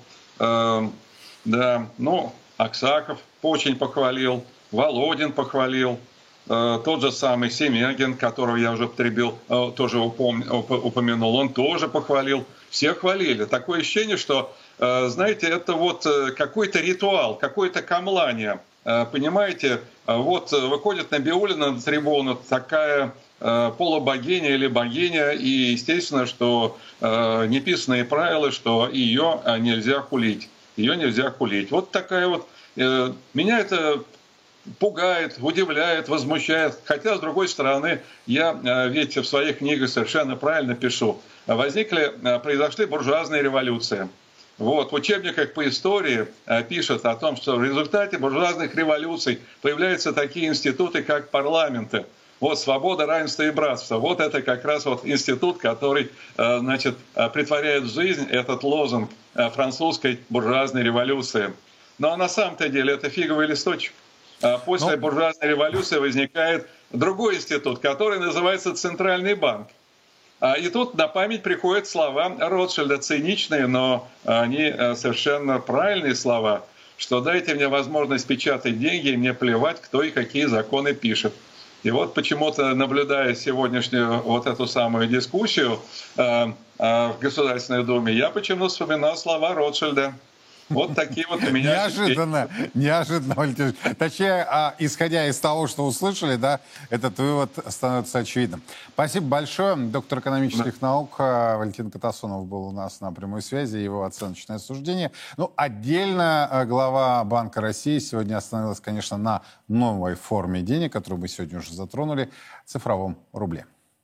Да, ну, Аксаков очень похвалил, Володин похвалил. Тот же самый Семягин, которого я уже тоже упомянул, он тоже похвалил. Все хвалили. Такое ощущение, что, знаете, это вот какой-то ритуал, какое-то камлание. Понимаете, вот выходит Набиуллина на трибуну такая полубогиня или богиня, и естественно, что неписанные правила, что ее нельзя хулить. Ее нельзя хулить. Вот такая вот... Меня это пугает, удивляет, возмущает. Хотя, с другой стороны, я ведь в своих книгах совершенно правильно пишу. Произошли буржуазные революции. Вот, в учебниках по истории пишут о том, что в результате буржуазных революций появляются такие институты, как парламенты. Вот свобода, равенство и братство. Вот это как раз вот институт, который, значит, притворяет в жизнь этот лозунг французской буржуазной революции. Ну а на самом-то деле это фиговый листочек. После буржуазной революции возникает другой институт, который называется Центральный банк. И тут на память приходят слова Ротшильда, циничные, но они совершенно правильные слова, что дайте мне возможность печатать деньги, и мне плевать, кто и какие законы пишет. И вот почему-то, наблюдая сегодняшнюю вот эту самую дискуссию в Государственной Думе, я почему-то вспоминал слова Ротшильда. Вот такие вот у меня... Неожиданно, Валентин. Точнее, исходя из того, что услышали, да, этот вывод становится очевидным. Спасибо большое. Доктор экономических наук Валентин Катасонов был у нас на прямой связи, его оценочное суждение. Ну, отдельно глава Банка России сегодня остановилась, конечно, на новой форме денег, которую мы сегодня уже затронули, цифровом рубле.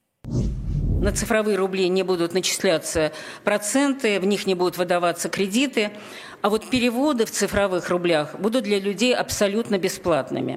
На цифровые рубли не будут начисляться проценты, в них не будут выдаваться кредиты, а вот переводы в цифровых рублях будут для людей абсолютно бесплатными.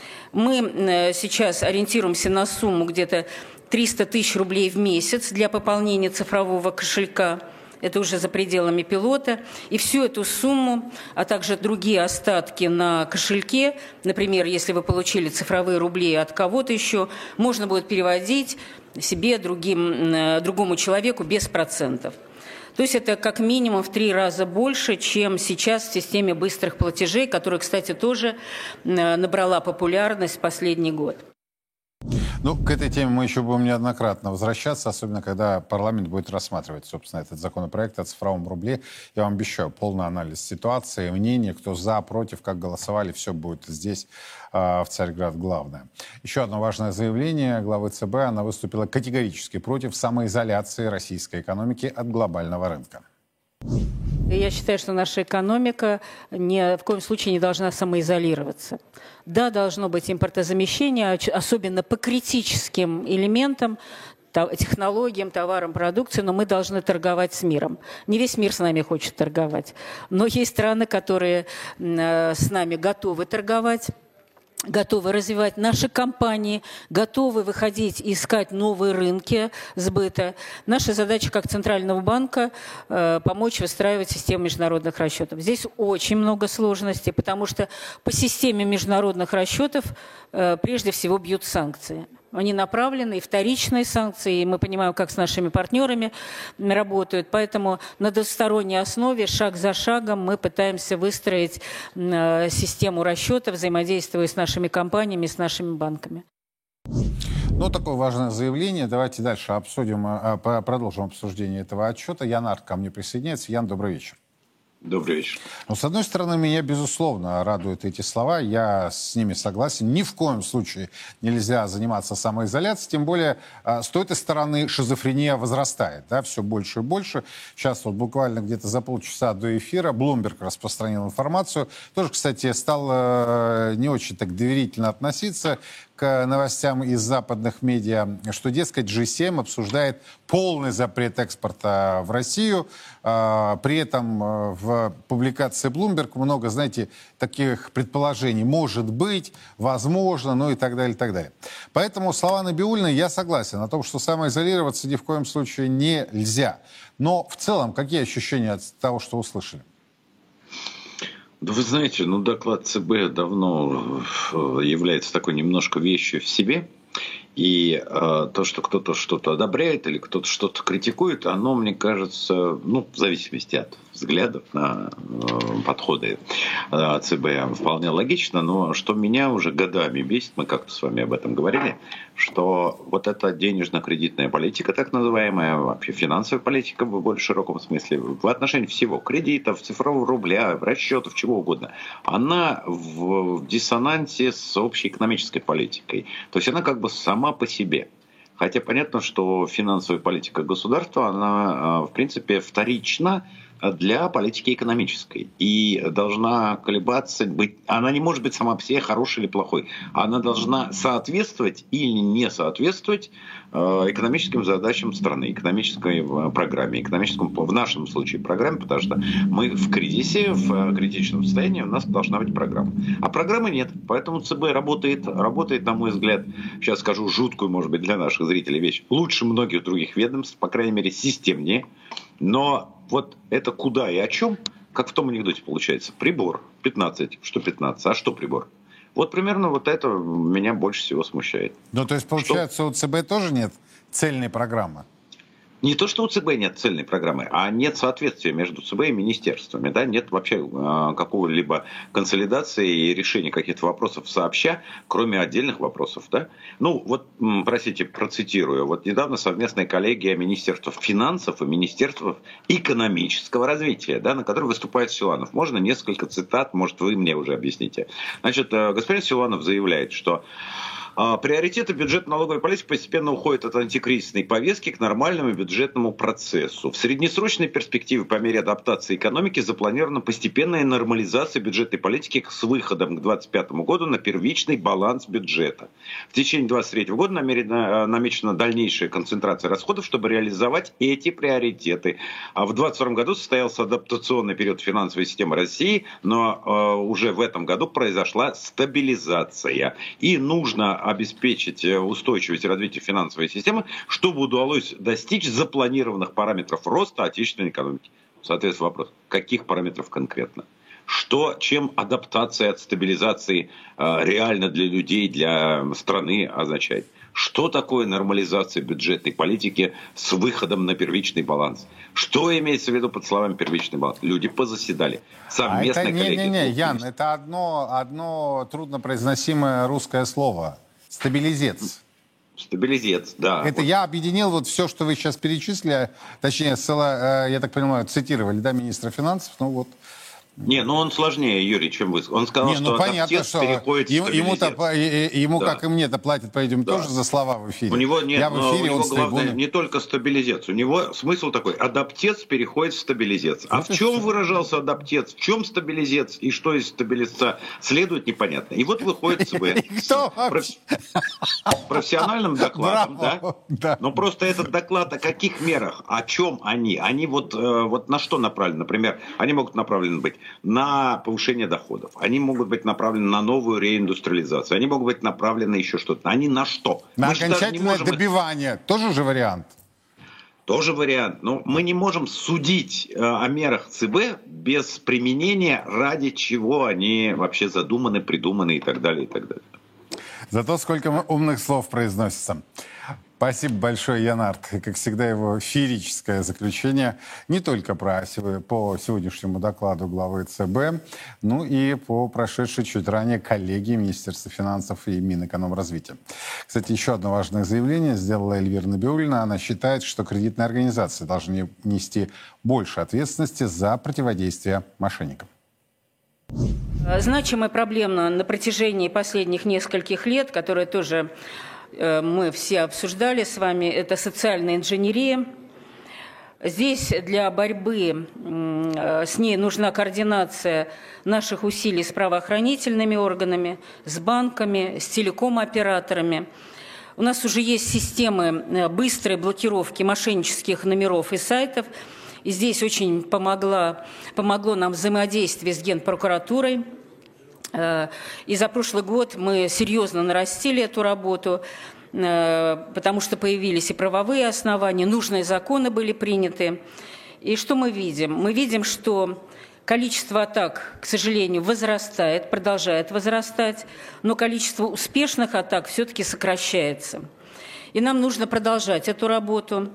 Мы сейчас ориентируемся на сумму где-то 300 тысяч рублей в месяц для пополнения цифрового кошелька. Это уже за пределами пилота. И всю эту сумму, а также другие остатки на кошельке, например, если вы получили цифровые рубли от кого-то еще, можно будет переводить себе, другому человеку без процентов. То есть это как минимум в 3 раза больше, чем сейчас в системе быстрых платежей, которая, кстати, тоже набрала популярность в последний год. Ну, к этой теме мы еще будем неоднократно возвращаться, особенно когда парламент будет рассматривать, собственно, этот законопроект о цифровом рубле. Я вам обещаю полный анализ ситуации, мнения, кто за, против, как голосовали, все будет здесь, в Царьград, главное. Еще одно важное заявление главы ЦБ. Она выступила категорически против самоизоляции российской экономики от глобального рынка. Я считаю, что наша экономика ни в коем случае не должна самоизолироваться. Да, должно быть импортозамещение, особенно по критическим элементам, технологиям, товарам, продукции, но мы должны торговать с миром. Не весь мир с нами хочет торговать, но есть страны, которые с нами готовы торговать, готовы развивать наши компании, готовы выходить и искать новые рынки сбыта. Наша задача как Центрального банка помочь выстраивать систему международных расчетов. Здесь очень много сложностей, потому что по системе международных расчетов прежде всего бьют санкции. Они направлены, и вторичные санкции, и мы понимаем, как с нашими партнерами работают. Поэтому на двусторонней основе, шаг за шагом, мы пытаемся выстроить систему расчета, взаимодействуя с нашими компаниями, с нашими банками. Ну, такое важное заявление. Давайте дальше продолжим обсуждение этого отчета. Ян Арт ко мне присоединяется. Ян, добрый вечер. Добрый вечер. Ну, с одной стороны, меня, безусловно, радуют эти слова. Я с ними согласен. Ни в коем случае нельзя заниматься самоизоляцией. Тем более, с той стороны шизофрения возрастает. Да, все больше и больше. Сейчас вот буквально где-то за полчаса до эфира Bloomberg распространил информацию. Тоже, кстати, стал не очень так доверительно относиться к новостям из западных медиа, что, дескать, G7 обсуждает полный запрет экспорта в Россию. При этом в публикации Bloomberg много, знаете, таких предположений. Может быть, возможно, ну и так далее, и так далее. Поэтому слова Набиуллиной я согласен о том, что самоизолироваться ни в коем случае нельзя. Но в целом, какие ощущения от того, что услышали? Да вы знаете, доклад ЦБ давно является такой немножко вещью в себе. И то, что кто-то что-то одобряет или кто-то что-то критикует, оно, мне кажется, в зависимости от взглядов на подходы ЦБ вполне логично. Но что меня уже годами бесит, мы как-то с вами об этом говорили, что вот эта денежно-кредитная политика, так называемая, вообще финансовая политика в более широком смысле, в отношении всего, кредитов, цифрового рубля, расчетов, чего угодно, она в диссонансе с общей экономической политикой. То есть она как бы сама по себе. Хотя понятно, что финансовая политика государства, она, в принципе, вторична для политики экономической. И должна колебаться, она не может быть сама по себе хорошей или плохой. Она должна соответствовать или не соответствовать экономическим задачам страны, экономической программе, в нашем случае программе, потому что мы в кризисе, в критичном состоянии, у нас должна быть программа. А программы нет, поэтому ЦБ работает, на мой взгляд, сейчас скажу жуткую, может быть, для наших зрителей вещь, лучше многих других ведомств, по крайней мере, системнее, но вот это куда и о чем, как в том анекдоте получается. Прибор 15. Что 15? А что прибор? Вот примерно вот это меня больше всего смущает. Ну, то есть, получается, у ЦБ тоже нет цельной программы? Не то, что у ЦБ нет цельной программы, а нет соответствия между ЦБ и министерствами. Да? Нет вообще какого-либо консолидации и решения каких-то вопросов сообща, кроме отдельных вопросов. Да? Простите, процитирую. Вот недавно совместная коллегия Министерства финансов и Министерства экономического развития, да, на которой выступает Силуанов. Можно несколько цитат, может, вы мне уже объясните. Значит, господин Силуанов заявляет, что приоритеты бюджетно-налоговой политики постепенно уходят от антикризисной повестки к нормальному бюджетному процессу. В среднесрочной перспективе по мере адаптации экономики запланирована постепенная нормализация бюджетной политики с выходом к 2025 году на первичный баланс бюджета. В течение 2023 года намечена дальнейшая концентрация расходов, чтобы реализовать эти приоритеты. В 2022 году состоялся адаптационный период финансовой системы России, но уже в этом году произошла стабилизация. И нужно обеспечить устойчивость и развитие финансовой системы, чтобы удалось достичь запланированных параметров роста отечественной экономики. Соответственно, вопрос, каких параметров конкретно? Чем адаптация от стабилизации реально для людей, для страны означает? Что такое нормализация бюджетной политики с выходом на первичный баланс? Что имеется в виду под словами первичный баланс? Люди позаседали. Совместная коллегия. Ян, это одно труднопроизносимое русское слово. Стабилизец. Стабилизец, да. Это я объединил вот все, что вы сейчас перечислили, точнее, я так понимаю, цитировали, да, министра финансов, он сложнее, Юрий, чем вы. Он сказал, что адаптец переходит в стабилизец. Ему, как и мне-то, платят, по-видимому, тоже за слова в эфире. У него нет, я в эфире, у него главное не только стабилизец. У него смысл такой, адаптец переходит в стабилизец. А в чем выражался адаптец, в чем стабилизец и что из стабилизца следует, непонятно. И вот выходит ЦБ с профессиональным докладом. Да? Но просто этот доклад о каких мерах, о чем они? Они вот на что направлены? Например, они могут направлены быть на повышение доходов. Они могут быть направлены на новую реиндустриализацию. Они могут быть направлены еще что-то. Они на что? На окончательное добивание. Тоже же вариант. Тоже вариант. Но мы не можем судить о мерах ЦБ без применения, ради чего они вообще задуманы, придуманы и так далее, и так далее. Зато сколько умных слов произносится. Спасибо большое, Ян Арт. Как всегда, его феерическое заключение не только по сегодняшнему докладу главы ЦБ, но и по прошедшей чуть ранее коллегии Министерства финансов и Минэкономразвития. Кстати, еще одно важное заявление сделала Эльвира Набиуллина. Она считает, что кредитные организации должны нести больше ответственности за противодействие мошенникам. Значимая проблема на протяжении последних нескольких лет, которая тоже мы все обсуждали с вами, это социальная инженерия. Здесь для борьбы с ней нужна координация наших усилий с правоохранительными органами, с банками, с телеком-операторами. У нас уже есть системы быстрой блокировки мошеннических номеров и сайтов. И здесь очень помогло нам взаимодействие с Генпрокуратурой. И за прошлый год мы серьезно нарастили эту работу, потому что появились и правовые основания, нужные законы были приняты. И что мы видим? Мы видим, что количество атак, к сожалению, возрастает, продолжает возрастать, но количество успешных атак все-таки сокращается. И нам нужно продолжать эту работу.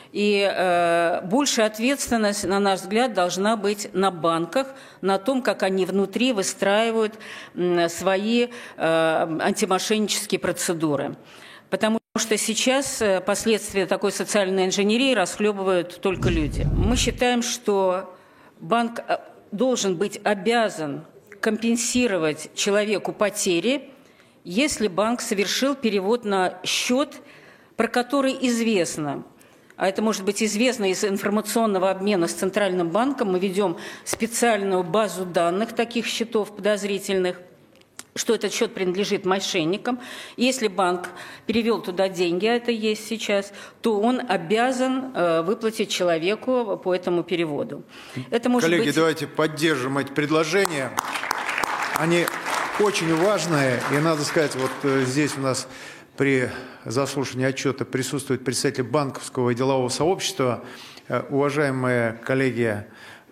И большая ответственность, на наш взгляд, должна быть на банках, на том, как они внутри выстраивают свои антимошеннические процедуры. Потому что сейчас последствия такой социальной инженерии расхлебывают только люди. Мы считаем, что банк должен быть обязан компенсировать человеку потери, если банк совершил перевод на счет, про который известно. А это может быть известно из информационного обмена с Центральным банком. Мы ведем специальную базу данных таких счетов подозрительных, что этот счет принадлежит мошенникам. Если банк перевел туда деньги, а это есть сейчас, то он обязан выплатить человеку по этому переводу. Это может Коллеги, быть... давайте поддержим эти предложения. Они очень важные. И надо сказать, вот здесь у нас при заслушивании отчета присутствует представитель банковского и делового сообщества, уважаемые коллеги,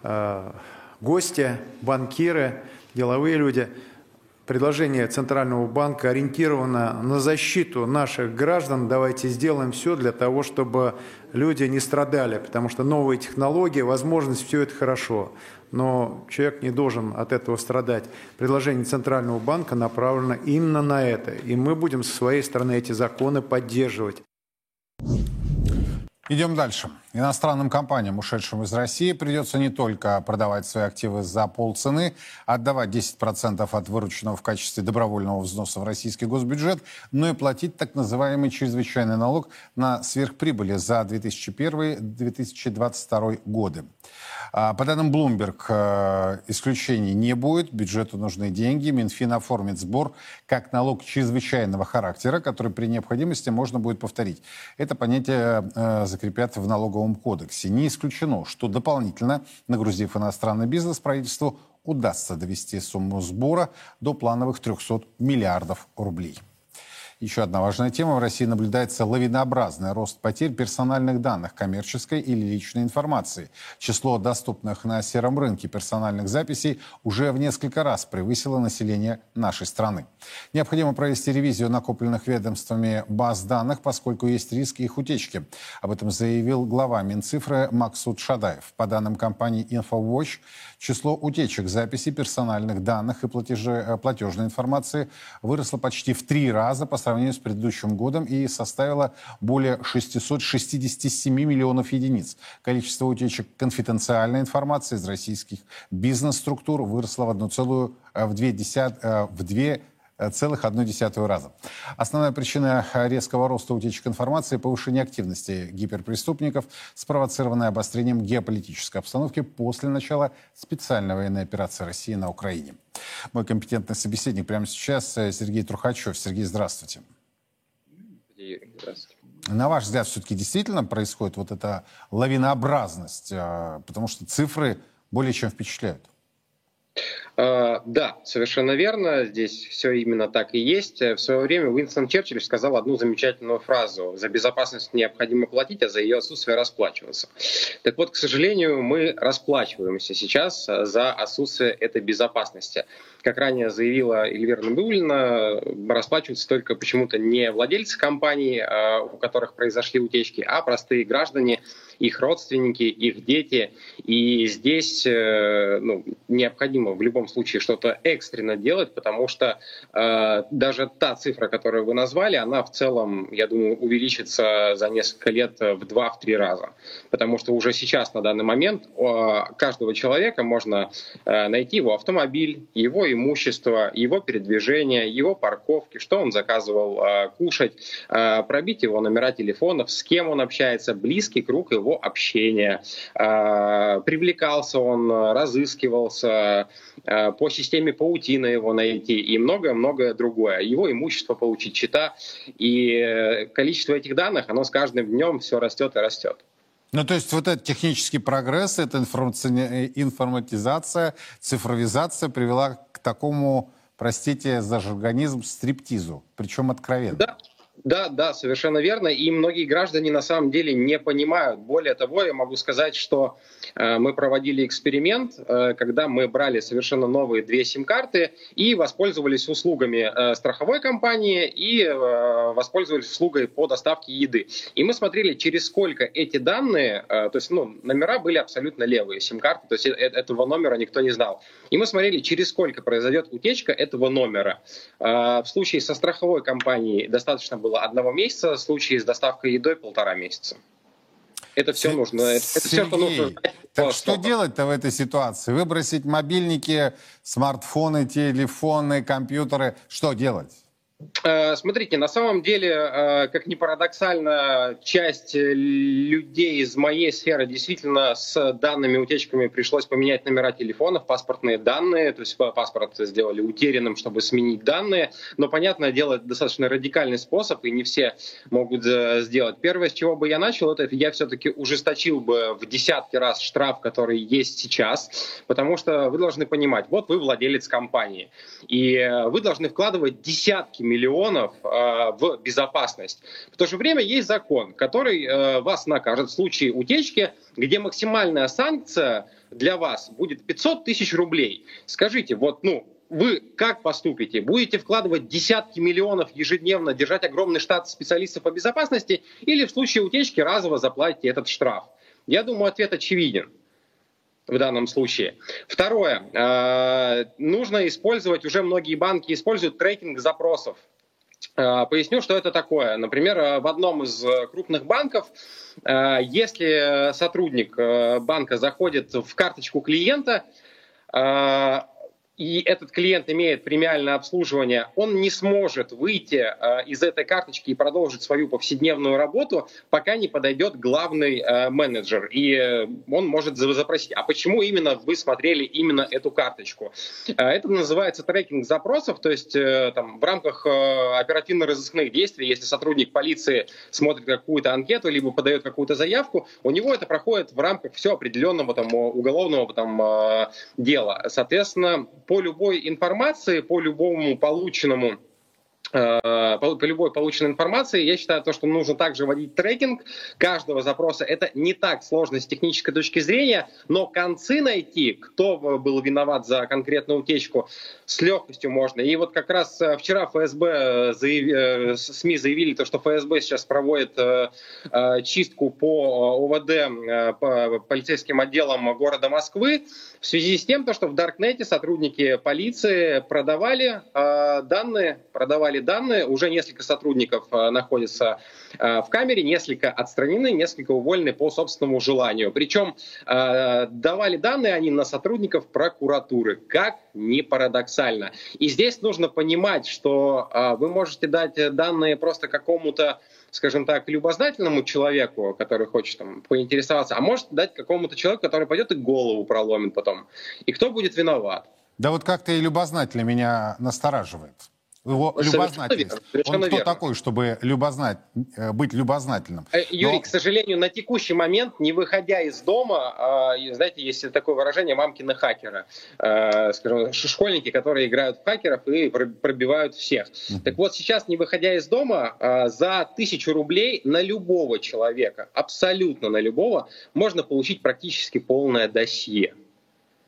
гости, банкиры, деловые люди. Предложение Центрального банка ориентировано на защиту наших граждан. Давайте сделаем все для того, чтобы люди не страдали, потому что новые технологии, возможность, все это хорошо. Но человек не должен от этого страдать. Предложение Центрального банка направлено именно на это. И мы будем со своей стороны эти законы поддерживать. Идем дальше. Иностранным компаниям, ушедшим из России, придется не только продавать свои активы за полцены, отдавать 10% от вырученного в качестве добровольного взноса в российский госбюджет, но и платить так называемый чрезвычайный налог на сверхприбыли за 2001-2022 годы. По данным Bloomberg, исключений не будет, бюджету нужны деньги, Минфин оформит сбор как налог чрезвычайного характера, который при необходимости можно будет повторить. Это понятие закрепят в налоговом кодексе. Не исключено, что дополнительно, нагрузив иностранный бизнес, правительству удастся довести сумму сбора до плановых 300 миллиардов рублей. Еще одна важная тема. В России наблюдается лавинообразный рост потерь персональных данных, коммерческой или личной информации. Число доступных на сером рынке персональных записей уже в несколько раз превысило население нашей страны. Необходимо провести ревизию накопленных ведомствами баз данных, поскольку есть риск их утечки. Об этом заявил глава Минцифры Максут Шадаев. По данным компании InfoWatch, число утечек записей персональных данных и платежной информации выросло почти в 3 раза по сравнению с предыдущим годом и составило более 667 миллионов единиц. Количество утечек конфиденциальной информации из российских бизнес-структур выросло в 2,1 раза. Основная причина резкого роста утечек информации – повышение активности гиперпреступников, спровоцированное обострением геополитической обстановки после начала специальной военной операции России на Украине. Мой компетентный собеседник прямо сейчас Сергей Трухачев. Сергей, здравствуйте. Здравствуйте. На ваш взгляд, все-таки действительно происходит вот эта лавинообразность, потому что цифры более чем впечатляют? Да, совершенно верно. Здесь все именно так и есть. В свое время Уинстон Черчилль сказал одну замечательную фразу: «За безопасность необходимо платить, а за ее отсутствие расплачиваться». Так вот, к сожалению, мы расплачиваемся сейчас за отсутствие этой безопасности. Как ранее заявила Эльвира Набиуллина, расплачиваются только почему-то не владельцы компаний, у которых произошли утечки, а простые граждане, их родственники, их дети. И здесь необходимо необходимо в любом случае что-то экстренно делать, потому что даже та цифра, которую вы назвали, она в целом, я думаю, увеличится за несколько лет в 2-3 раза. Потому что уже сейчас, на данный момент, каждого человека можно найти его автомобиль, его имущество, его передвижение, его парковки, что он заказывал кушать, пробить его номера телефонов, с кем он общается, близкий круг его общения, привлекался он, разыскивался, по системе паутины его найти и многое-многое другое. Его имущество получить, счета. И количество этих данных, оно с каждым днем все растет и растет. Ну, то есть вот этот технический прогресс, эта информатизация, цифровизация привела к такому, простите за жаргонизм, стриптизу, причем откровенно. Да, совершенно верно. И многие граждане на самом деле не понимают. Более того, я могу сказать, что мы проводили эксперимент, когда мы брали совершенно новые 2 сим-карты и воспользовались услугами страховой компании и воспользовались услугой по доставке еды. И мы смотрели, через сколько эти данные, то есть номера были абсолютно левые сим-карты, то есть этого номера никто не знал. И мы смотрели, через сколько произойдет утечка этого номера. В случае со страховой компанией достаточно было 1 месяца, в случае с доставкой едой 1,5 месяца. Это все нужно. Это все, что нужно знать. Так что делать-то в этой ситуации? Выбросить мобильники, смартфоны, телефоны, компьютеры? Что делать? Смотрите, на самом деле, как ни парадоксально, часть людей из моей сферы действительно с данными утечками пришлось поменять номера телефонов, паспортные данные, то есть паспорт сделали утерянным, чтобы сменить данные. Но, понятное дело, это достаточно радикальный способ, и не все могут сделать. Первое, с чего бы я начал, это я все-таки ужесточил бы в десятки раз штраф, который есть сейчас, потому что вы должны понимать, вот вы владелец компании, и вы должны вкладывать десятки миллионов в безопасность. В то же время есть закон, который вас накажет в случае утечки, где максимальная санкция для вас будет 500 тысяч рублей. Скажите, вы как поступите? Будете вкладывать десятки миллионов ежедневно, держать огромный штат специалистов по безопасности, или в случае утечки разово заплатите этот штраф? Я думаю, ответ очевиден в данном случае. Второе. Нужно использовать, уже многие банки используют трекинг запросов. Поясню, что это такое. Например, в одном из крупных банков, если сотрудник банка заходит в карточку клиента, и этот клиент имеет премиальное обслуживание, он не сможет выйти из этой карточки и продолжить свою повседневную работу, пока не подойдет главный менеджер. И он может запросить, а почему именно вы смотрели именно эту карточку? Это называется трекинг запросов, то есть в рамках оперативно-розыскных действий, если сотрудник полиции смотрит какую-то анкету, либо подает какую-то заявку, у него это проходит в рамках всего определенного уголовного дела. Соответственно, по любой информации, по любой полученной информации, я считаю, что нужно также вводить трекинг каждого запроса. Это не так сложно с технической точки зрения, но концы найти, кто был виноват за конкретную утечку, с легкостью можно. И вот как раз вчера СМИ заявили, что ФСБ сейчас проводит чистку по ОВД, по полицейским отделам города Москвы, в связи с тем, что в Даркнете сотрудники полиции продавали данные, уже несколько сотрудников находятся в камере, несколько отстранены, несколько уволены по собственному желанию. Причем давали данные они на сотрудников прокуратуры, как ни парадоксально. И здесь нужно понимать, что вы можете дать данные просто какому-то, скажем так, любознательному человеку, который хочет поинтересоваться, а может дать какому-то человеку, который пойдет и голову проломит потом. И кто будет виноват? Да вот как-то и любознательно меня настораживает. Его любознательность. Он кто такой, чтобы быть любознательным? Юрий, к сожалению, на текущий момент, не выходя из дома, знаете, есть такое выражение «мамкины хакеры», скажем, школьники, которые играют в хакеров и пробивают всех. Так вот, сейчас, не выходя из дома, за 1000 рублей на любого человека, абсолютно на любого, можно получить практически полное досье.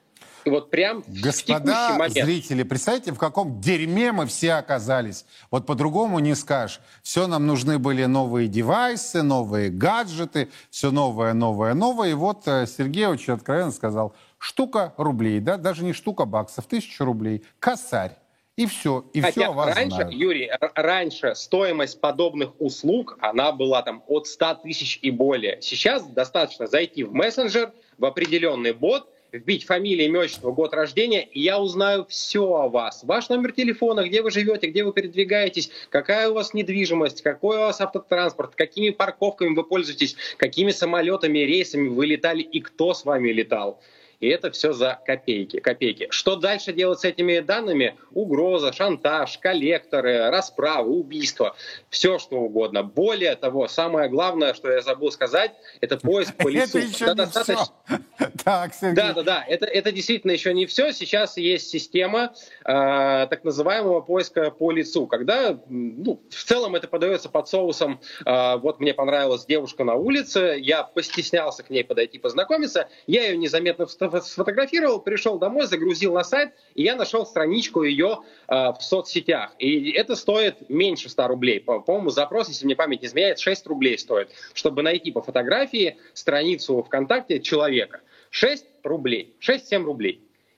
И вот прям в текущий момент. Зрители, представьте, в каком дерьме мы все оказались. Вот по-другому не скажешь. Все нам нужны были новые девайсы, новые гаджеты, все новое, новое, новое. И вот Сергей очень откровенно сказал, штука рублей, да, даже не штука баксов, 1000 рублей, косарь. И все, Хотя о вас раньше, знают. Юрий, раньше стоимость подобных услуг, она была там от 100 тысяч и более. Сейчас достаточно зайти в мессенджер, в определенный бот, вбить фамилию, имя, отчество, год рождения, и я узнаю все о вас. Ваш номер телефона, где вы живете, где вы передвигаетесь, какая у вас недвижимость, какой у вас автотранспорт, какими парковками вы пользуетесь, какими самолетами, рейсами вы летали и кто с вами летал. И это все за копейки. Что дальше делать с этими данными? Угроза, шантаж, коллекторы, расправы, убийства. Все, что угодно. Более того, самое главное, что я забыл сказать, это поиск по лицу. Это еще не все. Так, Сергей. Да. Это действительно еще не все. Сейчас есть система так называемого поиска по лицу. Когда, в целом это подается под соусом, вот мне понравилась девушка на улице, я постеснялся к ней подойти познакомиться, я ее незаметно сфотографировал, пришел домой, загрузил на сайт, и я нашел страничку ее в соцсетях. И это стоит меньше 100 рублей. По-моему, запрос, если мне память не изменяет, 6 рублей стоит, чтобы найти по фотографии страницу ВКонтакте человека. 6 рублей. 6-7 рублей.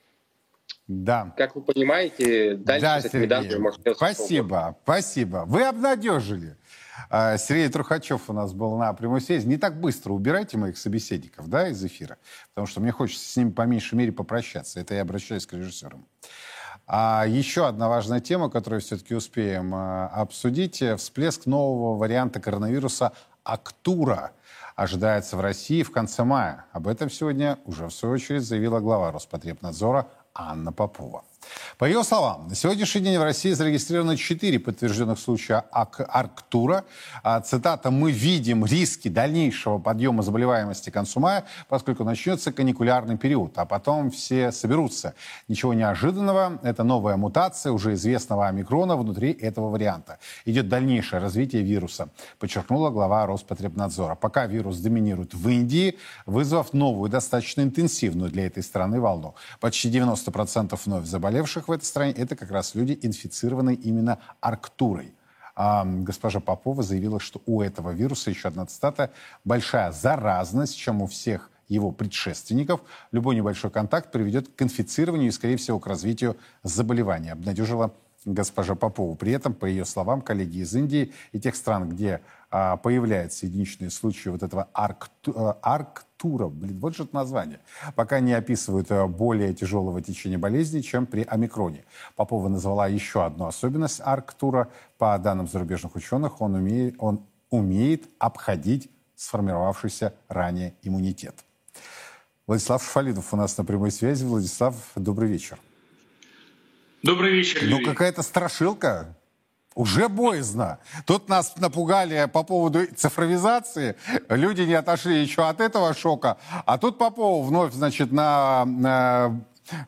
Да. Как вы понимаете, дальше с этими данными можно делать. Спасибо. Вы обнадежили. Сергей Трухачев у нас был на прямой связи. Не так быстро убирайте моих собеседников, да, из эфира, потому что мне хочется с ними по меньшей мере попрощаться. Это я обращаюсь к режиссерам. А еще одна важная тема, которую все-таки успеем обсудить. Всплеск нового варианта коронавируса Арктура ожидается в России в конце мая. Об этом сегодня уже в свою очередь заявила глава Роспотребнадзора Анна Попова. По ее словам, на сегодняшний день в России зарегистрировано 4 подтвержденных случая Арктура. Цитата: «Мы видим риски дальнейшего подъема заболеваемости к концу мая, поскольку начнется каникулярный период, а потом все соберутся. Ничего неожиданного, это новая мутация уже известного омикрона внутри этого варианта. Идет дальнейшее развитие вируса», подчеркнула глава Роспотребнадзора. Пока вирус доминирует в Индии, вызвав новую, достаточно интенсивную для этой страны волну. Почти 90% вновь заболевших в этой стране — это как раз люди, инфицированные именно Арктурой. Госпожа Попова заявила, что у этого вируса, еще одна цитата, большая заразность, чем у всех его предшественников. Любой небольшой контакт приведет к инфицированию и, скорее всего, к развитию заболевания, обнадежила госпожа Попова. При этом, по ее словам, коллеги из Индии и тех стран, где появляются единичные случаи вот этого Арктура, вот же это название, пока не описывают более тяжелого течения болезни, чем при омикроне. Попова назвала еще одну особенность Арктура. По данным зарубежных ученых, он умеет обходить сформировавшийся ранее иммунитет. Владислав Шафалинов у нас на прямой связи. Владислав, добрый вечер. Добрый вечер, Юрий. Ну, какая-то страшилка. Уже боязно. Тут нас напугали по поводу цифровизации. Люди не отошли еще от этого шока. А тут Попова вновь, значит, на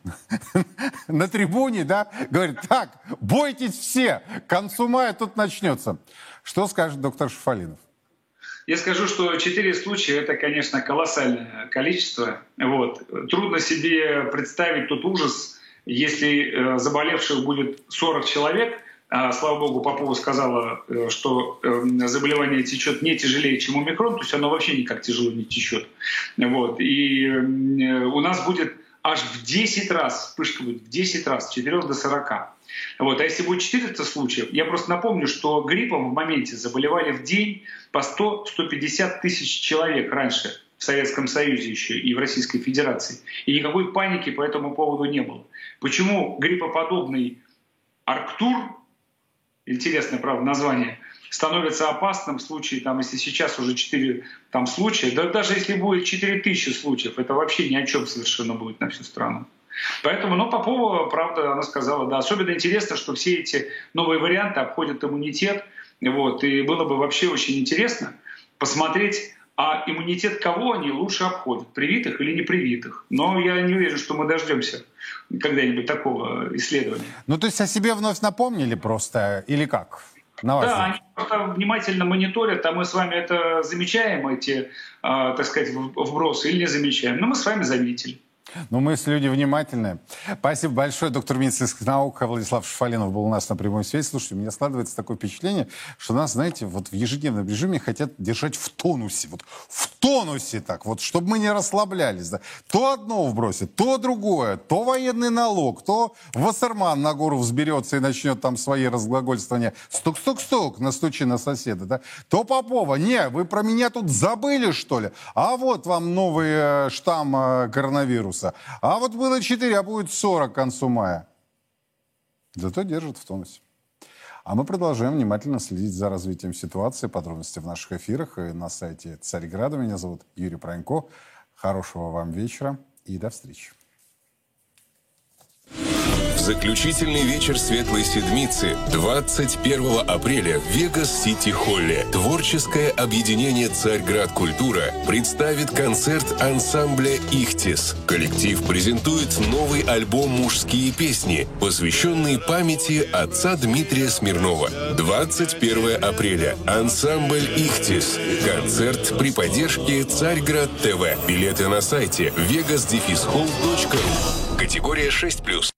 трибуне, да, говорит: так, бойтесь все, к концу мая тут начнется. Что скажет доктор Шафалинов? Я скажу, что 4 случая — это, конечно, колоссальное количество. Вот. Трудно себе представить тот ужас, если заболевших будет 40 человек. Слава богу, Попова сказала, что заболевание течет не тяжелее, чем омикрон, то есть оно вообще никак тяжело не течет. Вот. И у нас будет аж в 10 раз, вспышка будет в 10 раз, с 4 до 40. Вот. А если будет 400 случаев, я просто напомню, что гриппом в моменте заболевали в день по 100-150 тысяч человек раньше в Советском Союзе еще и в Российской Федерации. И никакой паники по этому поводу не было. Почему гриппоподобный Арктур, интересное, правда, название, становится опасным в случае, там, если сейчас уже 4 случая, да даже если будет 4000 случаев, это вообще ни о чем совершенно будет на всю страну. Поэтому, Попова, правда, она сказала, да, особенно интересно, что все эти новые варианты обходят иммунитет, вот, и было бы вообще очень интересно посмотреть, а иммунитет кого они лучше обходят, привитых или непривитых. Но я не уверен, что мы дождемся когда-нибудь такого исследования. Ну, то есть о себе вновь напомнили просто, или как? Да, они просто внимательно мониторят, а мы с вами это замечаем, эти, так сказать, вбросы, или не замечаем. Но мы с вами заметили. Ну, мы люди внимательные. Спасибо большое. Доктор медицинских наук Владислав Шафалинов был у нас на прямой связи. Слушайте, у меня складывается такое впечатление, что нас, знаете, вот в ежедневном режиме хотят держать в тонусе. Вот в тонусе так, вот, чтобы мы не расслаблялись. Да. То одно вбросит, то другое. То военный налог, то Вассерман на гору взберется и начнет там свои разглагольствования. Стук-стук-стук, настучи на соседа. Да. То Попова. Не, вы про меня тут забыли, что ли? А вот вам новый штамм коронавируса. А вот было 4, а будет 40 к концу мая. Зато держат в тонусе. А мы продолжаем внимательно следить за развитием ситуации. Подробности в наших эфирах и на сайте Царьграда. Меня зовут Юрий Пронько. Хорошего вам вечера и до встречи. Заключительный вечер Светлой Седмицы 21 апреля в Вегас-Сити-Холле. Творческое объединение «Царьград Культура» представит концерт ансамбля «Ихтис». Коллектив презентует новый альбом «Мужские песни», посвященный памяти отца Дмитрия Смирнова. 21 апреля. Ансамбль «Ихтис». Концерт при поддержке Царьград ТВ. Билеты на сайте vegas-hall.ru. Категория 6+.